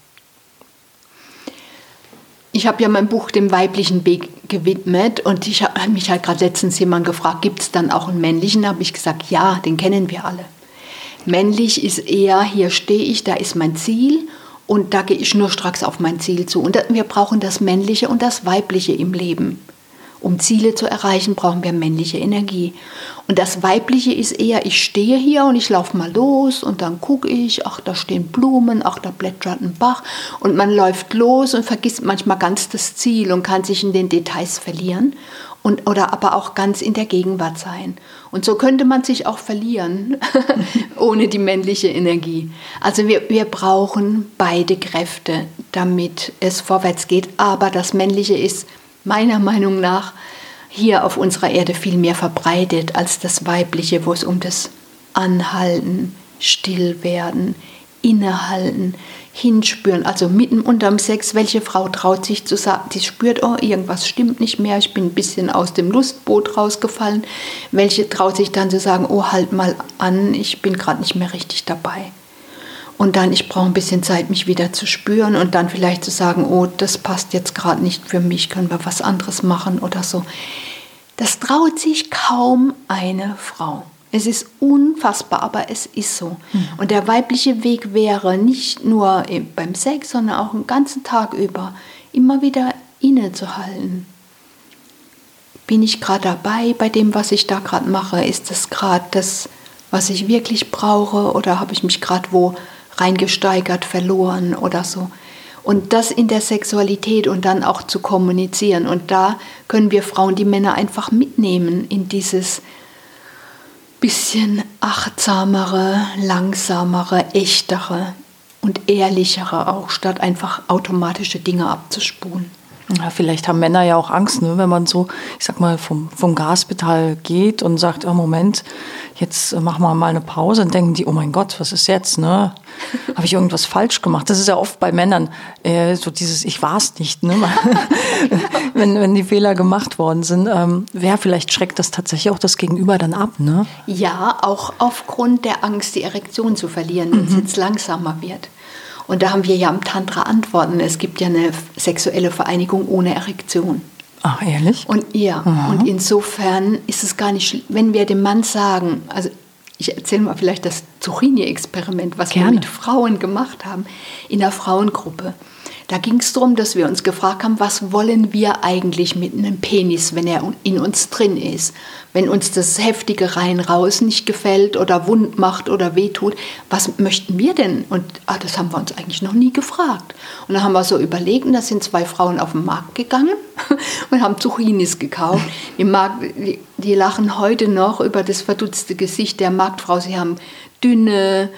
Ich habe ja mein Buch dem weiblichen Weg gewidmet und ich habe mich halt gerade letztens jemand gefragt, gibt es dann auch einen männlichen? Da habe ich gesagt, ja, den kennen wir alle. Männlich ist eher, hier stehe ich, da ist mein Ziel und da gehe ich nur stracks auf mein Ziel zu. Und wir brauchen das Männliche und das Weibliche im Leben. Um Ziele zu erreichen, brauchen wir männliche Energie. Und das Weibliche ist eher, ich stehe hier und ich laufe mal los und dann gucke ich, ach, da stehen Blumen, ach, da plätschert ein Bach. Und man läuft los und vergisst manchmal ganz das Ziel und kann sich in den Details verlieren und, oder aber auch ganz in der Gegenwart sein. Und so könnte man sich auch verlieren, ohne die männliche Energie. Also wir, wir brauchen beide Kräfte, damit es vorwärts geht. Aber das Männliche ist meiner Meinung nach hier auf unserer Erde viel mehr verbreitet als das Weibliche, wo es um das Anhalten, Stillwerden, Innehalten, Hinspüren, also mitten unterm Sex, welche Frau traut sich zu sagen, die spürt, oh, irgendwas stimmt nicht mehr, ich bin ein bisschen aus dem Lustboot rausgefallen, welche traut sich dann zu sagen, oh, halt mal an, ich bin gerade nicht mehr richtig dabei. Und dann, ich brauche ein bisschen Zeit, mich wieder zu spüren und dann vielleicht zu sagen, oh, das passt jetzt gerade nicht für mich, können wir was anderes machen oder so. Das traut sich kaum eine Frau. Es ist unfassbar, aber es ist so. Mhm. Und der weibliche Weg wäre nicht nur beim Sex, sondern auch den ganzen Tag über immer wieder innezuhalten. Bin ich gerade dabei bei dem, was ich da gerade mache? Ist das gerade das, was ich wirklich brauche oder habe ich mich gerade wo reingesteigert, verloren oder so. Und das in der Sexualität und dann auch zu kommunizieren. Und da können wir Frauen die Männer einfach mitnehmen in dieses bisschen achtsamere, langsamere, echtere und ehrlichere auch, statt einfach automatische Dinge abzuspulen. Ja, vielleicht haben Männer ja auch Angst, ne? Wenn man so, ich sag mal, vom, vom Gaspedal geht und sagt, oh Moment, jetzt machen wir mal eine Pause, dann denken die, oh mein Gott, was ist jetzt, ne? Habe ich irgendwas falsch gemacht? Das ist ja oft bei Männern äh, so dieses, ich war's nicht, ne? wenn, wenn die Fehler gemacht worden sind. Ähm, wer vielleicht schreckt das tatsächlich auch das Gegenüber dann ab, ne? Ja, auch aufgrund der Angst, die Erektion zu verlieren, wenn es mhm. jetzt langsamer wird. Und da haben wir ja am Tantra Antworten. Es gibt ja eine sexuelle Vereinigung ohne Erektion. Ach, ehrlich? Und ja, mhm. und insofern ist es gar nicht, wenn wir dem Mann sagen, also ich erzähle mal vielleicht das Zucchini-Experiment, was Gerne. wir mit Frauen gemacht haben, in der Frauengruppe. Da ging es darum, dass wir uns gefragt haben, was wollen wir eigentlich mit einem Penis, wenn er in uns drin ist? Wenn uns das heftige Rein-Raus nicht gefällt oder wund macht oder wehtut, was möchten wir denn? Und ah, das haben wir uns eigentlich noch nie gefragt. Und dann haben wir so überlegt, und da sind zwei Frauen auf den Markt gegangen und haben Zucchinis gekauft. Die, Markt, die, die lachen heute noch über das verdutzte Gesicht der Marktfrau. Sie haben dünne,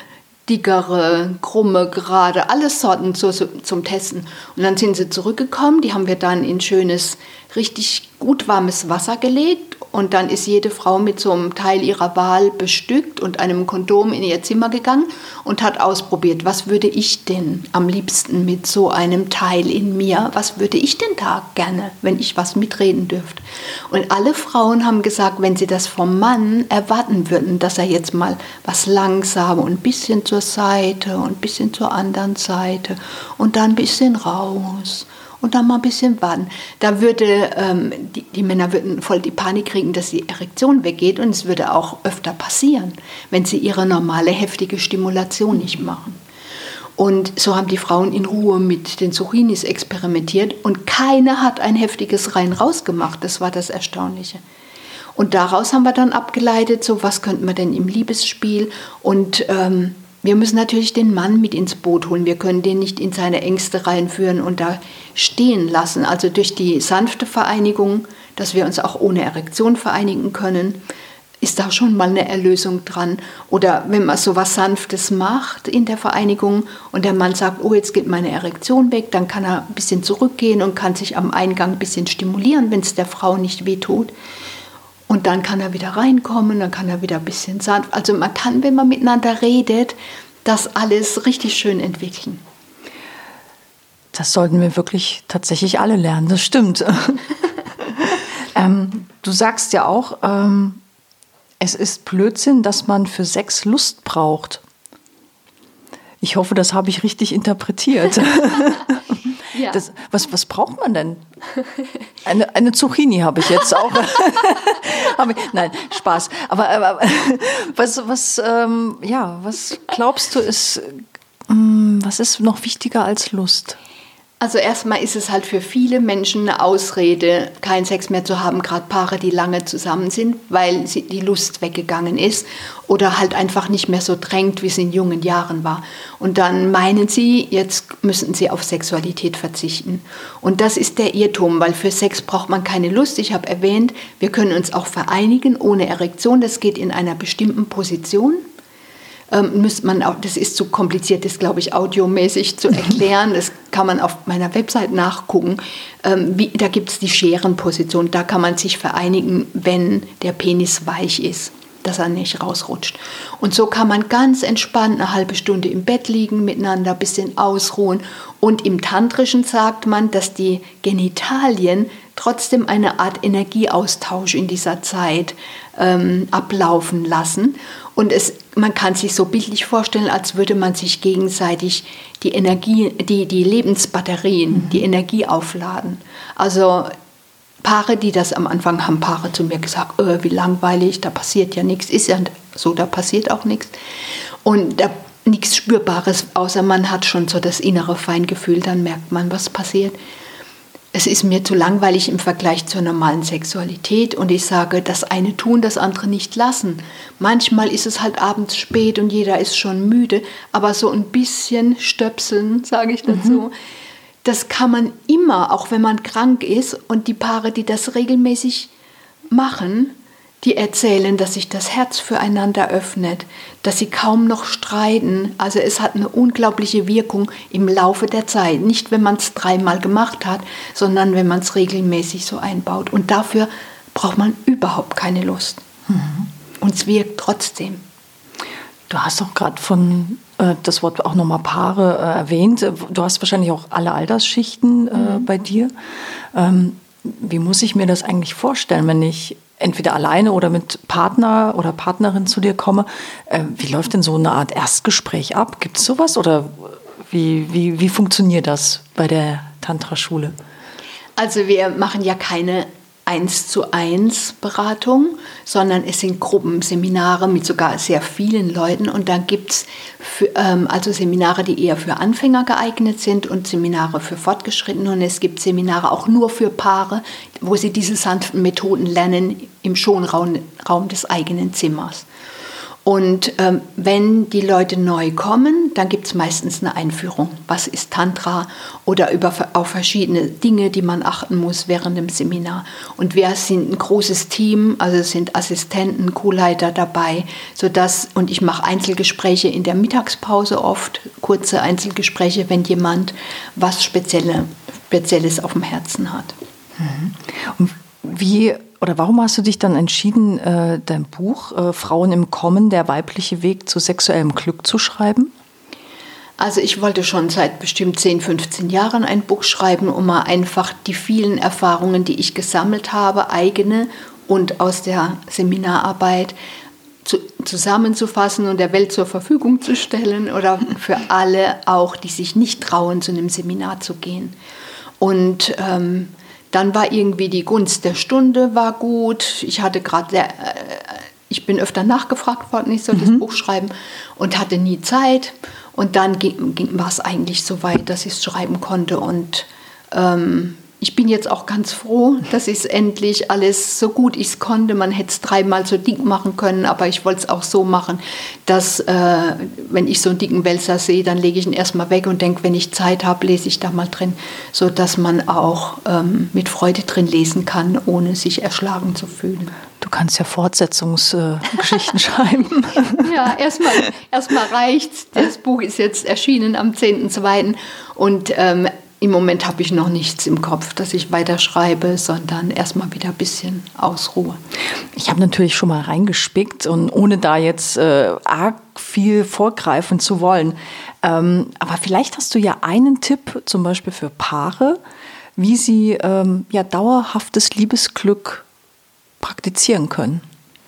dickere, krumme, gerade, alles Sorten so, so, zum Testen. Und dann sind sie zurückgekommen, die haben wir dann in schönes, richtig gut warmes Wasser gelegt und dann ist jede Frau mit so einem Teil ihrer Wahl bestückt und einem Kondom in ihr Zimmer gegangen und hat ausprobiert, was würde ich denn am liebsten mit so einem Teil in mir, was würde ich denn da gerne, wenn ich was mitreden dürfte. Und alle Frauen haben gesagt, wenn sie das vom Mann erwarten würden, dass er jetzt mal was langsam und ein bisschen zur Seite und ein bisschen zur anderen Seite und dann ein bisschen raus und dann mal ein bisschen warten. Da würde, ähm, die, die Männer würden voll die Panik kriegen, dass die Erektion weggeht und es würde auch öfter passieren, wenn sie ihre normale, heftige Stimulation nicht machen. Und so haben die Frauen in Ruhe mit den Zucchinis experimentiert und keine hat ein heftiges Rein-Raus gemacht. Das war das Erstaunliche. Und daraus haben wir dann abgeleitet, so was könnten wir denn im Liebesspiel und ähm, wir müssen natürlich den Mann mit ins Boot holen. Wir können den nicht in seine Ängste reinführen und da stehen lassen. Also durch die sanfte Vereinigung, dass wir uns auch ohne Erektion vereinigen können, ist da schon mal eine Erlösung dran. Oder wenn man so was Sanftes macht in der Vereinigung und der Mann sagt, oh, jetzt geht meine Erektion weg, dann kann er ein bisschen zurückgehen und kann sich am Eingang ein bisschen stimulieren, wenn es der Frau nicht wehtut. Und dann kann er wieder reinkommen, dann kann er wieder ein bisschen sanft. Also man kann, wenn man miteinander redet, das alles richtig schön entwickeln. Das sollten wir wirklich tatsächlich alle lernen, das stimmt. ähm, du sagst ja auch, ähm, es ist Blödsinn, dass man für Sex Lust braucht. Ich hoffe, das habe ich richtig interpretiert. Ja. Das, was, was braucht man denn? Eine, eine Zucchini habe ich jetzt auch. ich, nein, Spaß. Aber, aber was, was, ähm, ja, was glaubst du, ist, ähm, was ist noch wichtiger als Lust? Also erstmal ist es halt für viele Menschen eine Ausrede, keinen Sex mehr zu haben, gerade Paare, die lange zusammen sind, weil sie, die Lust weggegangen ist oder halt einfach nicht mehr so drängt, wie es in jungen Jahren war. Und dann meinen sie, jetzt müssen sie auf Sexualität verzichten. Und das ist der Irrtum, weil für Sex braucht man keine Lust. Ich habe erwähnt, wir können uns auch vereinigen ohne Erektion. Das geht in einer bestimmten Position. Ähm, müsste man auch, das ist zu kompliziert, das glaube ich audiomäßig zu erklären. Das kann man auf meiner Website nachgucken. Ähm, wie, da gibt es die Scherenposition. Da kann man sich vereinigen, wenn der Penis weich ist, dass er nicht rausrutscht. Und so kann man ganz entspannt eine halbe Stunde im Bett liegen, miteinander ein bisschen ausruhen. Und im Tantrischen sagt man, dass die Genitalien trotzdem eine Art Energieaustausch in dieser Zeit ähm, ablaufen lassen. Und es, man kann sich so bildlich vorstellen, als würde man sich gegenseitig die Energie, die, die Lebensbatterien, mhm. die Energie aufladen. Also Paare, die das am Anfang haben, Paare zu mir gesagt, äh, wie langweilig, da passiert ja nichts. Ist ja so, da passiert auch nichts. Und da nichts Spürbares, außer man hat schon so das innere Feingefühl, dann merkt man, was passiert. Es ist mir zu langweilig im Vergleich zur normalen Sexualität und ich sage, das eine tun, das andere nicht lassen. Manchmal ist es halt abends spät und jeder ist schon müde, aber so ein bisschen stöpseln, sage ich dazu, mhm. das kann man immer, auch wenn man krank ist. Und die Paare, die das regelmäßig machen, die erzählen, dass sich das Herz füreinander öffnet, dass sie kaum noch streiten. Also es hat eine unglaubliche Wirkung im Laufe der Zeit. Nicht, wenn man es dreimal gemacht hat, sondern wenn man es regelmäßig so einbaut. Und dafür braucht man überhaupt keine Lust. Mhm. Und es wirkt trotzdem. Du hast doch gerade von äh, das Wort auch nochmal Paare äh, erwähnt. Du hast wahrscheinlich auch alle Altersschichten äh, mhm. bei dir. Ähm, wie muss ich mir das eigentlich vorstellen, wenn ich entweder alleine oder mit Partner oder Partnerin zu dir komme? Äh, wie läuft denn so eine Art Erstgespräch ab? Gibt es sowas oder wie, wie, wie funktioniert das bei der Tantra-Schule? Also wir machen ja keine eins zu eins Beratung, sondern es sind Gruppenseminare mit sogar sehr vielen Leuten und dann gibt es ähm, also Seminare, die eher für Anfänger geeignet sind und Seminare für Fortgeschrittene und es gibt Seminare auch nur für Paare, wo sie diese sanften Methoden lernen im Schonraum Raum des eigenen Zimmers. Und ähm, wenn die Leute neu kommen, dann gibt es meistens eine Einführung. Was ist Tantra? Oder über auf verschiedene Dinge, die man achten muss während dem Seminar. Und wir sind ein großes Team, also es sind Assistenten, Co-Leiter dabei, sodass, und ich mache Einzelgespräche in der Mittagspause oft, kurze Einzelgespräche, wenn jemand was Spezielle, Spezielles auf dem Herzen hat. Und wie oder warum hast du dich dann entschieden, äh, dein Buch äh, Frauen im Kommen, der weibliche Weg zu sexuellem Glück zu schreiben? Also ich wollte schon seit bestimmt zehn, fünfzehn Jahren ein Buch schreiben, um mal einfach die vielen Erfahrungen, die ich gesammelt habe, eigene und aus der Seminararbeit, zu, zusammenzufassen und der Welt zur Verfügung zu stellen oder für alle auch, die sich nicht trauen, zu einem Seminar zu gehen. Und ähm, dann war irgendwie die Gunst der Stunde war gut. Ich hatte gerade, äh, ich bin öfter nachgefragt worden, ich soll mhm. das Buch schreiben und hatte nie Zeit. Und dann ging, ging, war es eigentlich so weit, dass ich es schreiben konnte. Und ähm, ich bin jetzt auch ganz froh, dass ich es endlich alles so gut ich es konnte. Man hätte es dreimal so dick machen können, aber ich wollte es auch so machen, dass, äh, wenn ich so einen dicken Wälzer sehe, dann lege ich ihn erstmal weg und denke, wenn ich Zeit habe, lese ich da mal drin, sodass man auch ähm, mit Freude drin lesen kann, ohne sich erschlagen zu fühlen. Du kannst ja Fortsetzungsgeschichten äh, schreiben. Ja, erstmal erstmal reicht's. Das Buch ist jetzt erschienen am zehnten zweiten und ähm, im Moment habe ich noch nichts im Kopf, dass ich weiterschreibe, sondern erstmal wieder ein bisschen Ausruhe. Ich habe natürlich schon mal reingespickt und ohne da jetzt äh, arg viel vorgreifen zu wollen. Ähm, aber vielleicht hast du ja einen Tipp, zum Beispiel für Paare, wie sie ähm, ja, dauerhaftes Liebesglück praktizieren können.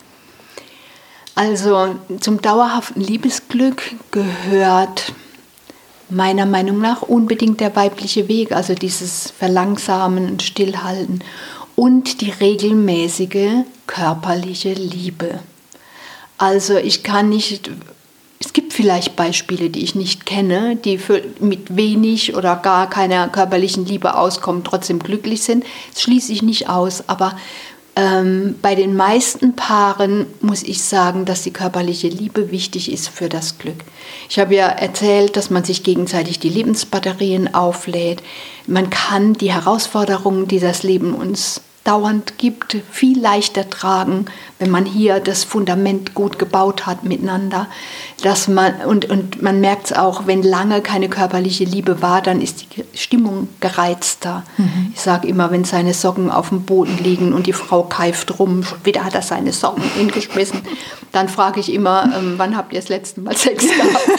Also zum dauerhaften Liebesglück gehört meiner Meinung nach unbedingt der weibliche Weg, also dieses Verlangsamen und Stillhalten und die regelmäßige körperliche Liebe. Also ich kann nicht, es gibt vielleicht Beispiele, die ich nicht kenne, die für, mit wenig oder gar keiner körperlichen Liebe auskommen, trotzdem glücklich sind. Das schließe ich nicht aus, aber Ähm, bei den meisten Paaren muss ich sagen, dass die körperliche Liebe wichtig ist für das Glück. Ich habe ja erzählt, dass man sich gegenseitig die Lebensbatterien auflädt. Man kann die Herausforderungen, die das Leben uns dauernd gibt, viel leichter tragen, wenn man hier das Fundament gut gebaut hat miteinander. Dass man, und, und man merkt es auch, wenn lange keine körperliche Liebe war, dann ist die Stimmung gereizter. Mhm. Ich sage immer, wenn seine Socken auf dem Boden liegen und die Frau keift rum, schon wieder hat er seine Socken hingeschmissen, dann frage ich immer, ähm, wann habt ihr das letzte Mal Sex gehabt?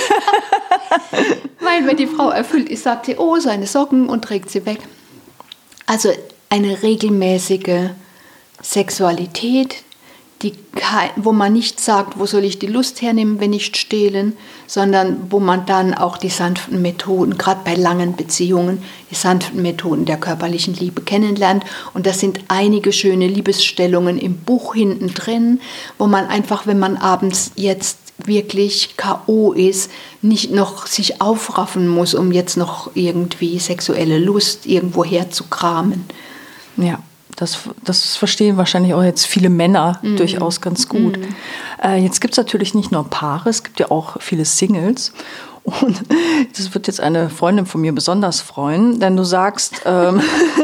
Weil wenn die Frau erfüllt ist, sagt sie, oh, seine Socken und trägt sie weg. Also eine regelmäßige Sexualität, die, wo man nicht sagt, wo soll ich die Lust hernehmen, wenn nicht stehlen, sondern wo man dann auch die sanften Methoden, gerade bei langen Beziehungen, die sanften Methoden der körperlichen Liebe kennenlernt. Und das sind einige schöne Liebesstellungen im Buch hinten drin, wo man einfach, wenn man abends jetzt wirklich K O ist, nicht noch sich aufraffen muss, um jetzt noch irgendwie sexuelle Lust irgendwo herzukramen. Ja, das, das verstehen wahrscheinlich auch jetzt viele Männer mm. durchaus ganz gut. Mm. Äh, jetzt gibt es natürlich nicht nur Paare, es gibt ja auch viele Singles. Und das wird jetzt eine Freundin von mir besonders freuen, denn du sagst, ähm,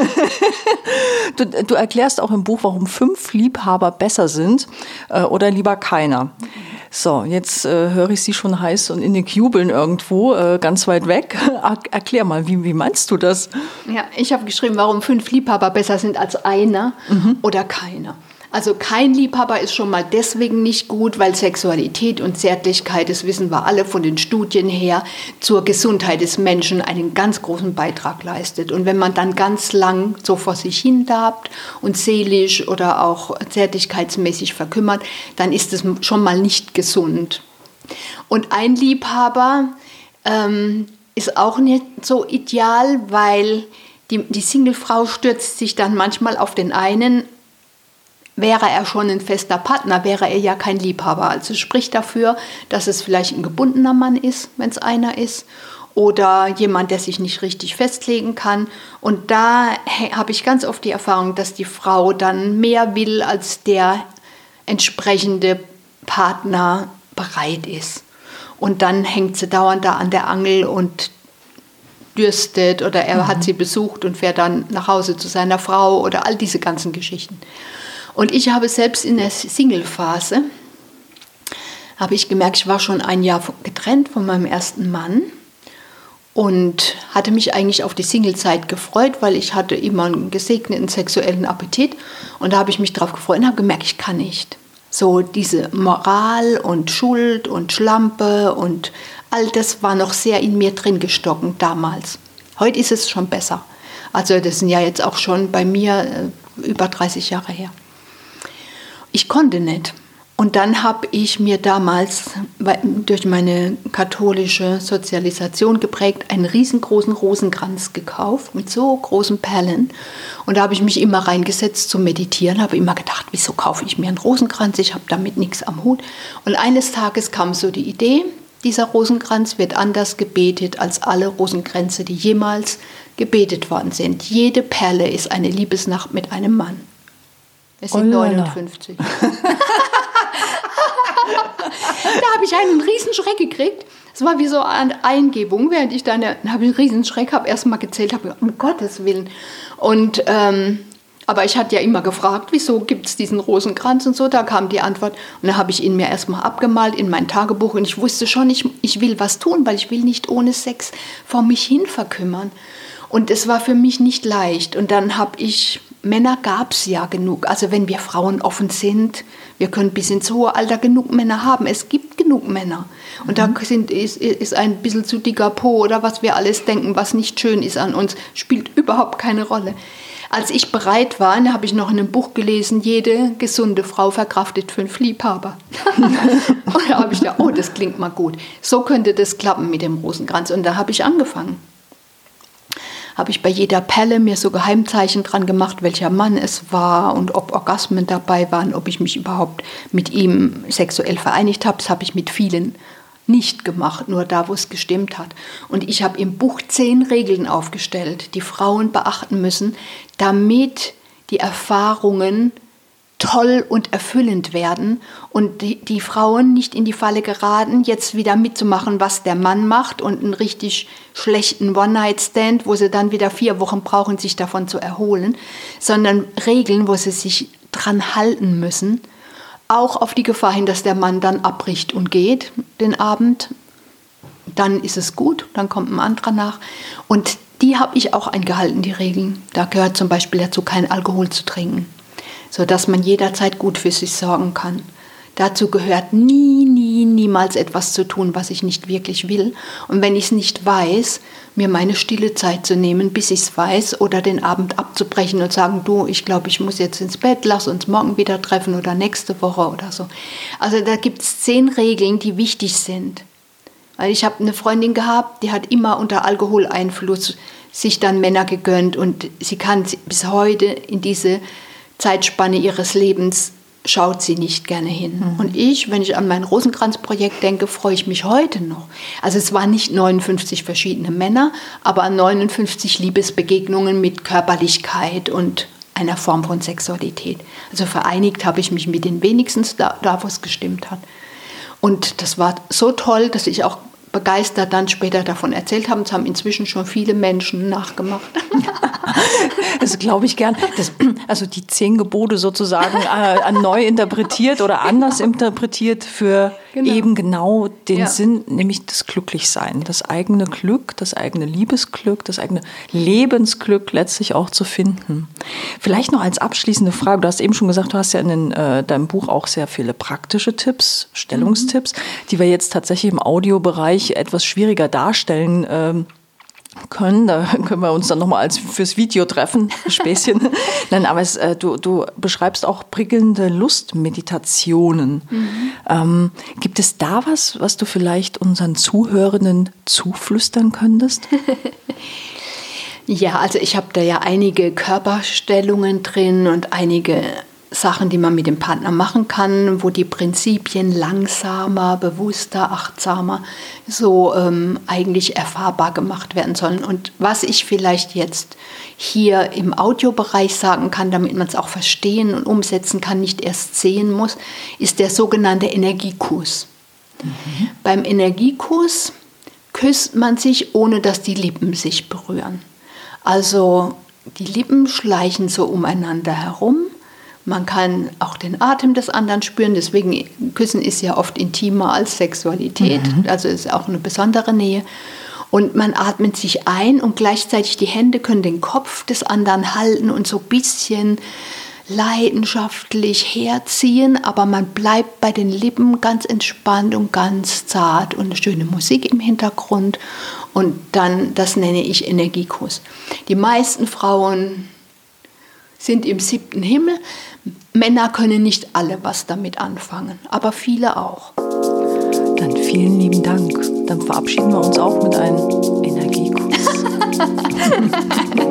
du, du erklärst auch im Buch, warum fünf Liebhaber besser sind äh, oder lieber keiner. So, jetzt äh, höre ich sie schon heiß und innig jubeln irgendwo, äh, ganz weit weg. Erklär mal, wie, wie meinst du das? Ja, ich habe geschrieben, warum fünf Liebhaber besser sind als einer mhm. oder keiner. Also kein Liebhaber ist schon mal deswegen nicht gut, weil Sexualität und Zärtlichkeit, das wissen wir alle von den Studien her, zur Gesundheit des Menschen einen ganz großen Beitrag leistet. Und wenn man dann ganz lang so vor sich hin darbt und seelisch oder auch zärtlichkeitsmäßig verkümmert, dann ist es schon mal nicht gesund. Und ein Liebhaber ähm, ist auch nicht so ideal, weil die, die Singlefrau stürzt sich dann manchmal auf den einen. Wäre er schon ein fester Partner, wäre er ja kein Liebhaber. Also spricht dafür, dass es vielleicht ein gebundener Mann ist, wenn es einer ist, oder jemand, der sich nicht richtig festlegen kann. Und da habe ich ganz oft die Erfahrung, dass die Frau dann mehr will, als der entsprechende Partner bereit ist. Und dann hängt sie dauernd da an der Angel und dürstet oder er mhm. hat sie besucht und fährt dann nach Hause zu seiner Frau oder all diese ganzen Geschichten. Und ich habe selbst in der Single-Phase, habe ich gemerkt, ich war schon ein Jahr getrennt von meinem ersten Mann und hatte mich eigentlich auf die Single-Zeit gefreut, weil ich hatte immer einen gesegneten sexuellen Appetit und da habe ich mich drauf gefreut und habe gemerkt, ich kann nicht. So diese Moral und Schuld und Schlampe und all das war noch sehr in mir drin gestocken damals. Heute ist es schon besser. Also das sind ja jetzt auch schon bei mir äh, über dreißig Jahre her. Ich konnte nicht. Und dann habe ich mir damals durch meine katholische Sozialisation geprägt einen riesengroßen Rosenkranz gekauft mit so großen Perlen. Und da habe ich mich immer reingesetzt zum Meditieren, habe immer gedacht, wieso kaufe ich mir einen Rosenkranz? Ich habe damit nichts am Hut. Und eines Tages kam so die Idee, dieser Rosenkranz wird anders gebetet als alle Rosenkränze, die jemals gebetet worden sind. Jede Perle ist eine Liebesnacht mit einem Mann. Es sind oh, neunundfünfzig. Da habe ich einen Riesenschreck gekriegt. Es war wie so eine Eingebung, während ich dann, dann habe ich einen Riesen-Schreck, habe erst mal gezählt, habe um Gottes Willen. Und, ähm, aber ich hatte ja immer gefragt, wieso gibt es diesen Rosenkranz und so, da kam die Antwort. Und dann habe ich ihn mir erst mal abgemalt in mein Tagebuch und ich wusste schon, ich, ich will was tun, weil ich will nicht ohne Sex vor mich hin verkümmern. Und es war für mich nicht leicht. Und dann habe ich, Männer gab es ja genug. Also wenn wir Frauen offen sind, wir können bis ins hohe Alter genug Männer haben. Es gibt genug Männer. Und mhm. da sind, ist, ist ein bisschen zu dicker Po oder was wir alles denken, was nicht schön ist an uns, spielt überhaupt keine Rolle. Als ich bereit war, da habe ich noch in einem Buch gelesen, jede gesunde Frau verkraftet fünf Liebhaber. Und da habe ich gedacht, oh, das klingt mal gut. So könnte das klappen mit dem Rosenkranz. Und da habe ich angefangen. Habe ich bei jeder Perle mir so Geheimzeichen dran gemacht, welcher Mann es war und ob Orgasmen dabei waren, ob ich mich überhaupt mit ihm sexuell vereinigt habe. Das habe ich mit vielen nicht gemacht, nur da, wo es gestimmt hat. Und ich habe im Buch zehn Regeln aufgestellt, die Frauen beachten müssen, damit die Erfahrungen toll und erfüllend werden und die, die Frauen nicht in die Falle geraten, jetzt wieder mitzumachen, was der Mann macht und einen richtig schlechten One-Night-Stand, wo sie dann wieder vier Wochen brauchen, sich davon zu erholen, sondern Regeln, wo sie sich dran halten müssen, auch auf die Gefahr hin, dass der Mann dann abbricht und geht den Abend. Dann ist es gut, dann kommt ein anderer nach. Und die habe ich auch eingehalten, die Regeln. Da gehört zum Beispiel dazu, keinen Alkohol zu trinken, sodass man jederzeit gut für sich sorgen kann. Dazu gehört nie, nie, niemals etwas zu tun, was ich nicht wirklich will. Und wenn ich es nicht weiß, mir meine stille Zeit zu nehmen, bis ich es weiß, oder den Abend abzubrechen und sagen, du, ich glaube, ich muss jetzt ins Bett, lass uns morgen wieder treffen oder nächste Woche oder so. Also da gibt es zehn Regeln, die wichtig sind. Weil ich habe eine Freundin gehabt, die hat immer unter Alkoholeinfluss sich dann Männer gegönnt und sie kann bis heute in diese Zeitspanne ihres Lebens schaut sie nicht gerne hin. Mhm. Und ich, wenn ich an mein Rosenkranz-Projekt denke, freue ich mich heute noch. Also es waren nicht neunundfünfzig verschiedene Männer, aber neunundfünfzig Liebesbegegnungen mit Körperlichkeit und einer Form von Sexualität. Also vereinigt habe ich mich mit den wenigsten, da, da wo es gestimmt hat. Und das war so toll, dass ich auch begeistert dann später davon erzählt haben. Das haben inzwischen schon viele Menschen nachgemacht. Das glaube ich gern. Das, also die zehn Gebote sozusagen äh, neu interpretiert oder anders interpretiert für genau. eben genau den ja. Sinn, nämlich das Glücklichsein, das eigene Glück, das eigene Liebesglück, das eigene Lebensglück letztlich auch zu finden. Vielleicht noch als abschließende Frage, du hast eben schon gesagt, du hast ja in den, äh, deinem Buch auch sehr viele praktische Tipps, Stellungstipps, mhm. die wir jetzt tatsächlich im Audiobereich etwas schwieriger darstellen ähm, können. Da können wir uns dann nochmal als fürs Video treffen, Späßchen. Nein, aber es, äh, du, du beschreibst auch prickelnde Lustmeditationen. Mhm. Ähm, gibt es da was, was du vielleicht unseren Zuhörenden zuflüstern könntest? Ja, also ich habe da ja einige Körperstellungen drin und einige Sachen, die man mit dem Partner machen kann, wo die Prinzipien langsamer, bewusster, achtsamer so ähm, eigentlich erfahrbar gemacht werden sollen. Und was ich vielleicht jetzt hier im Audiobereich sagen kann, damit man es auch verstehen und umsetzen kann, nicht erst sehen muss, ist der sogenannte Energiekuss. Mhm. Beim Energiekuss küsst man sich, ohne dass die Lippen sich berühren. Also die Lippen schleichen so umeinander herum. Man kann auch den Atem des anderen spüren. Deswegen, Küssen ist ja oft intimer als Sexualität. Mhm. Also ist auch eine besondere Nähe. Und man atmet sich ein und gleichzeitig die Hände können den Kopf des anderen halten und so ein bisschen leidenschaftlich herziehen. Aber man bleibt bei den Lippen ganz entspannt und ganz zart und eine schöne Musik im Hintergrund. Und dann, das nenne ich Energiekuss. Die meisten Frauen sind im siebten Himmel. Männer können nicht alle was damit anfangen, aber viele auch. Dann vielen lieben Dank. Dann verabschieden wir uns auch mit einem Energiekuss.